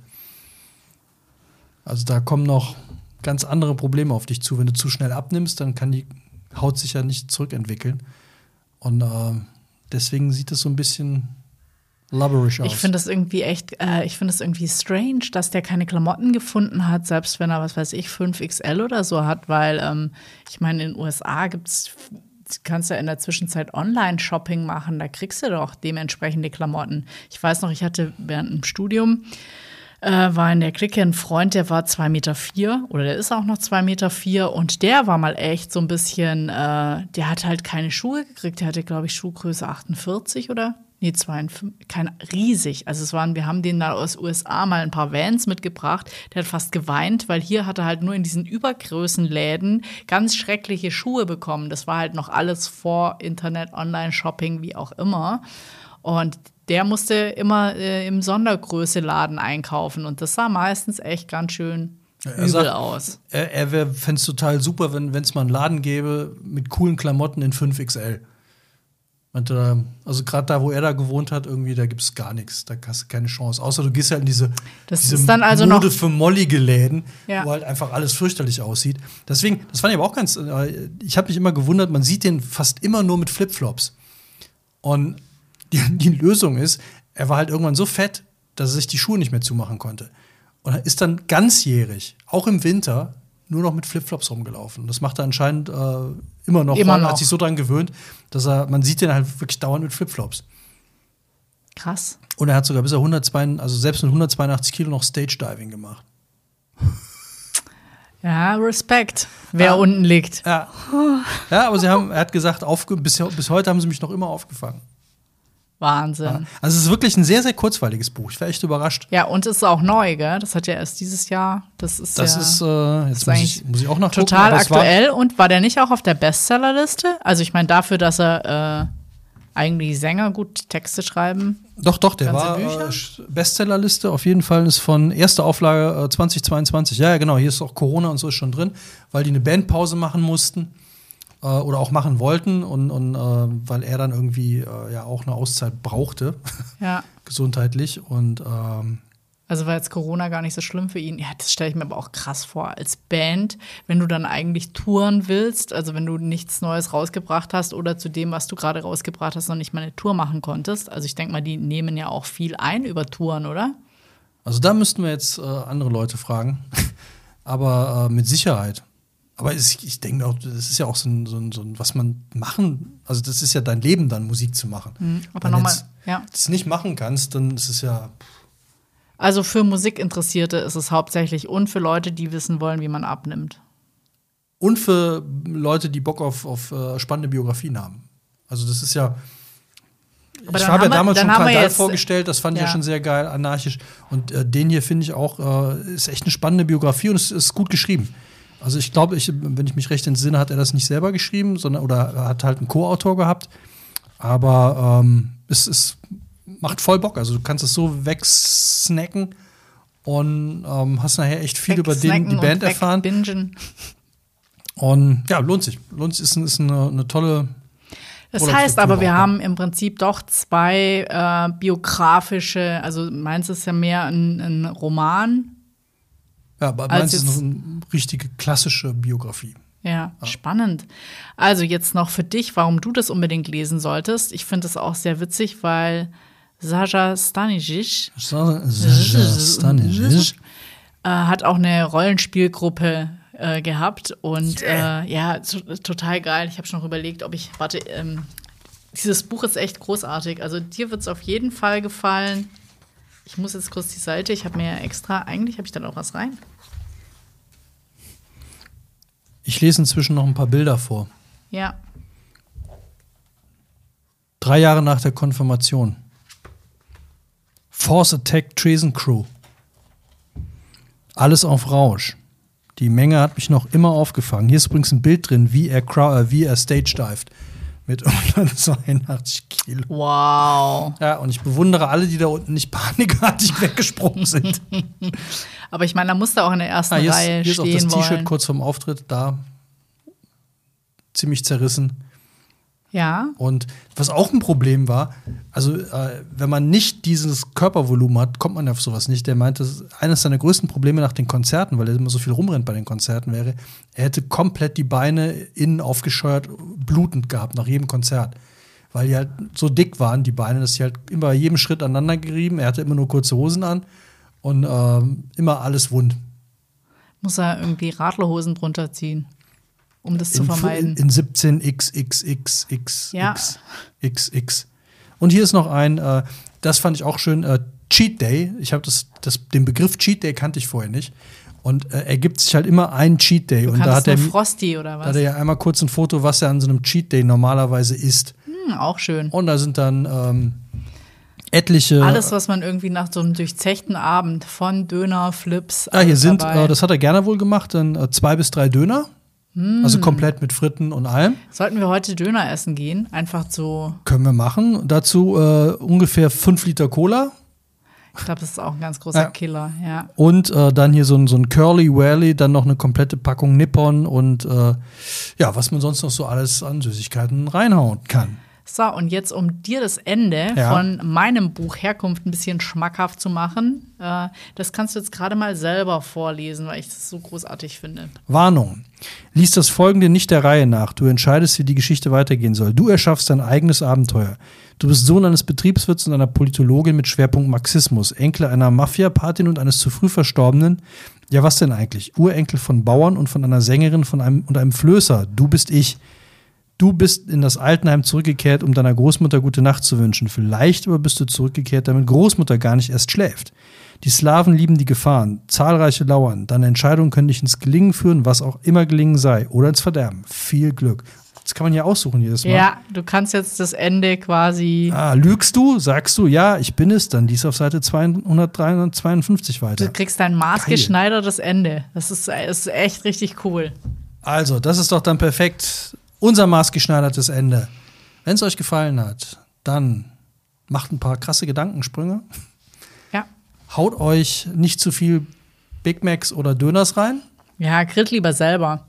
Also da kommen noch ganz andere Probleme auf dich zu. Wenn du zu schnell abnimmst, dann kann die Haut sich ja nicht zurückentwickeln. Und äh, deswegen sieht es so ein bisschen lubberish aus. Ich finde das irgendwie echt, äh, ich finde das irgendwie strange, dass der keine Klamotten gefunden hat, selbst wenn er, was weiß ich, fünf X L oder so hat, weil ähm, ich meine, in den U S A gibt's, kannst du ja in der Zwischenzeit Online-Shopping machen, da kriegst du doch dementsprechende Klamotten. Ich weiß noch, ich hatte während dem Studium Äh, war in der Clique ein Freund, der war zwei Meter vier oder der ist auch noch zwei Meter vier und der war mal echt so ein bisschen, äh, der hat halt keine Schuhe gekriegt, der hatte, glaube ich, Schuhgröße achtundvierzig oder? Nee, zweiundfünfzig, kein, riesig. Also es waren, wir haben denen da aus U S A mal ein paar Vans mitgebracht, der hat fast geweint, weil hier hat er halt nur in diesen Übergrößenläden ganz schreckliche Schuhe bekommen. Das war halt noch alles vor Internet, Online-Shopping, wie auch immer. Und der musste immer äh, im Sondergröße-Laden einkaufen. Und das sah meistens echt ganz schön Er übel sagt, aus. Er, er fände es total super, wenn es mal einen Laden gäbe mit coolen Klamotten in fünf X L. Meinte, also gerade da, wo er da gewohnt hat, irgendwie, da gibt es gar nichts. Da hast du keine Chance. Außer du gehst halt in diese, Das diese ist dann also Mode noch für mollige Läden, Ja. wo halt einfach alles fürchterlich aussieht. Deswegen, das fand ich aber auch ganz, äh, ich habe mich immer gewundert, man sieht den fast immer nur mit Flipflops. Und die, die Lösung ist, er war halt irgendwann so fett, dass er sich die Schuhe nicht mehr zumachen konnte. Und er ist dann ganzjährig, auch im Winter, nur noch mit Flipflops rumgelaufen. Das macht er anscheinend äh, immer noch. Immer Er noch. hat sich so dran gewöhnt, dass er, man sieht den halt wirklich dauernd mit Flipflops. krass. Und er hat sogar bis er hundertzwei, also selbst mit hundertzweiundachtzig Kilo noch Stage Diving gemacht. Ja, Respekt, wer Ja. unten liegt. Ja, ja, aber sie haben, er hat gesagt, aufge, bis, bis heute haben sie mich noch immer aufgefangen. Wahnsinn. Ja. Also es ist wirklich ein sehr, sehr kurzweiliges Buch. Ich war echt überrascht. Ja, und es ist auch neu, gell? Das hat ja erst dieses Jahr. Das ist Das ja ist, äh, jetzt ist muss eigentlich ich, muss ich auch nachgucken. total aber es war- aktuell. Und war der nicht auch auf der Bestsellerliste? Also ich meine, dafür, dass er äh, eigentlich Sänger gut Texte schreiben. Doch, doch, der Ganze war Bücher? äh, Bestsellerliste. Auf jeden Fall ist von erster Auflage äh, zweitausendzweiundzwanzig. Ja, ja, genau. Hier ist auch Corona und so ist schon drin, weil die eine Bandpause machen mussten äh, oder auch machen wollten und, und äh, weil er dann irgendwie äh, ja auch eine Auszeit brauchte, Ja. gesundheitlich. Und ähm, Also war jetzt Corona gar nicht so schlimm für ihn. Ja, das stelle ich mir aber auch krass vor. Als Band, wenn du dann eigentlich touren willst, also wenn du nichts Neues rausgebracht hast oder zu dem, was du gerade rausgebracht hast, noch nicht mal eine Tour machen konntest. Also ich denke mal, die nehmen ja auch viel ein über Touren, oder? also da müssten wir jetzt äh, andere Leute fragen. Aber äh, mit Sicherheit. Aber es, ich denke mir auch, das ist ja auch so ein, so, ein, so ein, was man machen, also das ist ja dein Leben dann, Musik zu machen. Mhm, aber Wenn noch du mal, jetzt ja. das nicht machen kannst, dann ist es ja. Also für Musikinteressierte ist es hauptsächlich und für Leute, die wissen wollen, wie man abnimmt. Und für Leute, die Bock auf, auf äh, spannende Biografien haben. Also das ist ja. Aber ich dann habe ja haben wir- damals dann schon haben wir Karl Dahl jetzt- vorgestellt, das fand ich Ja. ja schon sehr geil, anarchisch. Und äh, den hier finde ich auch, äh, ist echt eine spannende Biografie und es ist gut geschrieben. Also ich glaube, ich, wenn ich mich recht entsinne, hat er das nicht selber geschrieben, sondern oder er hat halt einen Co-Autor gehabt. Aber ähm, es, es macht voll Bock. Also du kannst es so wegsnacken und ähm, hast nachher echt viel über den, die Band erfahren. Bingen. Und ja, lohnt sich. Lohnt sich, ist, ist eine, eine tolle. Das Oder heißt aber, wir Struktur auch, haben im Prinzip doch zwei äh, biografische, also meins ist ja mehr ein, ein Roman. Ja, aber meins ist eine richtige klassische Biografie. Ja, ja, spannend. Also jetzt noch für dich, warum du das unbedingt lesen solltest. Ich finde es auch sehr witzig, weil Sascha Stanisic, Sascha Stanisic äh, hat auch eine Rollenspielgruppe äh, gehabt. Und yeah. äh, ja, so, total geil. Ich habe schon noch überlegt, ob ich, warte, ähm, dieses Buch ist echt großartig. Also dir wird es auf jeden Fall gefallen. Ich muss jetzt kurz die Seite, ich habe mir ja extra, eigentlich habe ich da noch was rein. Ich lese inzwischen noch ein paar Bilder vor. Ja. Drei Jahre nach der Konfirmation. Force Attack Tresen Crew. Alles auf Rausch. Die Menge hat mich noch immer aufgefangen. Hier ist übrigens ein Bild drin, wie er, äh, wie er stage dived. Mit hundertzweiundachtzig Kilo. Wow. Ja, und ich bewundere alle, die da unten nicht panikartig weggesprungen sind. Aber ich meine, da musst du auch in der ersten ah, hier Reihe ist, hier stehen ist auch das T-Shirt wollen. kurz vorm Auftritt da. Ziemlich zerrissen. Ja. Und was auch ein Problem war, also äh, wenn man nicht dieses Körpervolumen hat, kommt man auf sowas nicht. Der meinte, eines seiner größten Probleme nach den Konzerten, weil er immer so viel rumrennt bei den Konzerten wäre, er hätte komplett die Beine innen aufgescheuert, blutend gehabt nach jedem Konzert. Weil die halt so dick waren, die Beine, dass sie halt immer bei jedem Schritt aneinander gerieben. Er hatte immer nur kurze Hosen an und ähm, immer alles wund. Muss er irgendwie Radlerhosen drunter ziehen, um das zu in, vermeiden. In, in siebzehn X X X X Ja. X X X. Und hier ist noch ein, äh, das fand ich auch schön, äh, Cheat Day. Ich habe das, das, den Begriff Cheat Day kannte ich vorher nicht. Und äh, er gibt sich halt immer einen Cheat Day. Du und da hat er Frosty oder was? Da hat er ja einmal kurz ein Foto, was er an so einem Cheat Day normalerweise isst. Hm, auch schön. Und da sind dann ähm, etliche. Alles, was man irgendwie nach so einem durchzechten Abend von Döner, Flips. Ah, hier sind, dabei. äh, das hat er gerne wohl gemacht, dann äh, zwei bis drei Döner. Hm. Also komplett mit Fritten und allem. Sollten wir heute Döner essen gehen? Einfach so. Können wir machen. Dazu äh, ungefähr fünf Liter Cola. Ich glaube, das ist auch ein ganz großer Ja. Killer, ja. Und äh, dann hier so ein, so ein Curly Wally, dann noch eine komplette Packung Nippon und äh, ja, was man sonst noch so alles an Süßigkeiten reinhauen kann. So, und jetzt, um dir das Ende Ja. von meinem Buch Herkunft ein bisschen schmackhaft zu machen, äh, das kannst du jetzt gerade mal selber vorlesen, weil ich das so großartig finde. Warnung. Lies das Folgende nicht der Reihe nach. Du entscheidest, wie die Geschichte weitergehen soll. Du erschaffst dein eigenes Abenteuer. Du bist Sohn eines Betriebswirts und einer Politologin mit Schwerpunkt Marxismus, Enkel einer Mafia-Patin und eines zu früh Verstorbenen. Ja, was denn eigentlich? Urenkel von Bauern und von einer Sängerin von einem, und einem Flößer. Du bist ich. Du bist in das Altenheim zurückgekehrt, um deiner Großmutter gute Nacht zu wünschen. Vielleicht aber bist du zurückgekehrt, damit Großmutter gar nicht erst schläft. Die Slawen lieben die Gefahren, zahlreiche lauern. Deine Entscheidungen können dich ins Gelingen führen, was auch immer Gelingen sei, oder ins Verderben. Viel Glück. Das kann man ja aussuchen jedes Mal. Ja, du kannst jetzt das Ende quasi. Ah, lügst du? Sagst du, ja, ich bin es, dann lies auf Seite zweihundertzweiundfünfzig weiter. Du kriegst dein maßgeschneidertes Ende. Das ist, ist echt richtig cool. Also, das ist doch dann perfekt. Unser maßgeschneidertes Ende. Wenn es euch gefallen hat, dann macht ein paar krasse Gedankensprünge. Ja. Haut euch nicht zu viel Big Macs oder Döners rein. Ja, grillt lieber selber.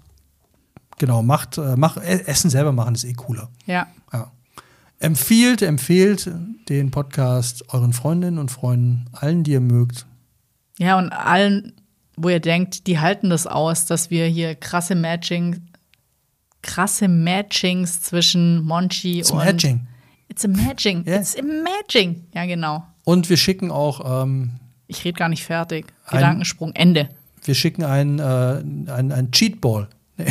Genau, macht, äh, macht Essen selber machen ist eh cooler. Ja. Ja. Empfiehlt, empfehlt den Podcast euren Freundinnen und Freunden, allen, die ihr mögt. Ja, und allen, wo ihr denkt, die halten das aus, dass wir hier krasse Matching, krasse Matchings zwischen Monchi It's und. Matching. It's a matching. Yeah. It's a matching. Ja, genau. Und wir schicken auch, ähm, Ich rede gar nicht fertig. Ein- Gedankensprung, Ende. wir schicken ein, äh, ein, ein Cheatball. Nee.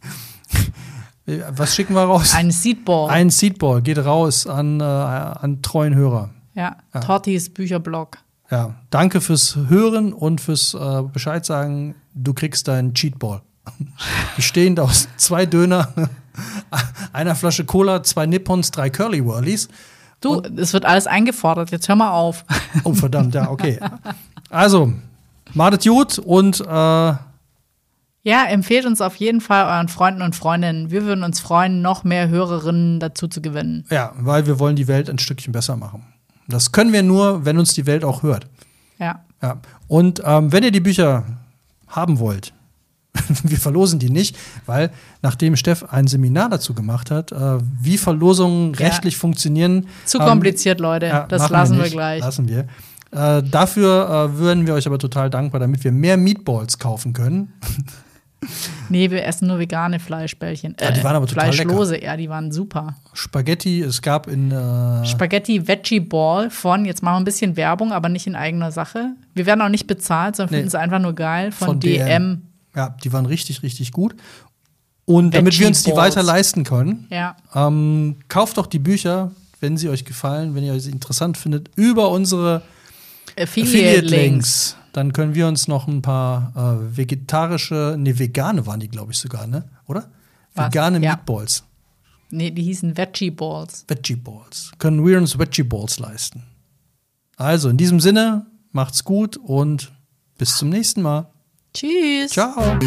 Was schicken wir raus? Ein Seedball. Ein Seedball geht raus an, äh, an treuen Hörer. ja, Ja. Tortis Bücherblog. Ja, danke fürs Hören und fürs äh, Bescheid sagen. Du kriegst deinen Cheatball. Bestehend aus zwei Döner, einer Flasche Cola, zwei Nippons, drei Curly Whirlies. Du, es wird alles eingefordert. Jetzt hör mal auf. Oh, verdammt, ja, okay. Also, madet gut und äh, Ja, empfehlt uns auf jeden Fall euren Freunden und Freundinnen. Wir würden uns freuen, noch mehr Hörerinnen dazu zu gewinnen. ja, weil wir wollen die Welt ein Stückchen besser machen. Das können wir nur, wenn uns die Welt auch hört. Ja. Ja. Und ähm, wenn ihr die Bücher haben wollt, wir verlosen die nicht, weil nachdem Steff ein Seminar dazu gemacht hat, äh, wie Verlosungen Ja. rechtlich funktionieren. Zu ähm, kompliziert, Leute. ja, das machen lassen wir, nicht. gleich. Lassen wir. Äh, dafür äh, würden wir euch aber total dankbar, damit wir mehr Meatballs kaufen können. Nee, wir essen nur vegane Fleischbällchen. Ja, die waren aber total Fleischlose, ja, die waren super. Spaghetti, es gab in äh Spaghetti Veggie Ball von, jetzt machen wir ein bisschen Werbung, aber nicht in eigener Sache. Wir werden auch nicht bezahlt, sondern Nee. finden es einfach nur geil von, Von D M. D M. Ja, die waren richtig, richtig gut. Und damit wir uns die Veggie weiter Balls. leisten können, Ja. ähm, kauft doch die Bücher, wenn sie euch gefallen, wenn ihr sie interessant findet, über unsere Affiliate-Links. Affiliate-Links. Dann können wir uns noch ein paar äh, vegetarische, ne, vegane waren die, glaube ich, sogar, ne? Oder? Was? Vegane Ja. Meatballs. Nee, die hießen Veggie Balls. Veggie Balls. Können wir uns Veggie Balls leisten. Also, in diesem Sinne, macht's gut und bis zum nächsten Mal. Tschüss. Ciao.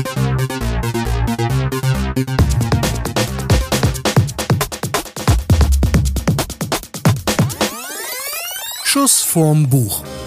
Schuss vorm Buch.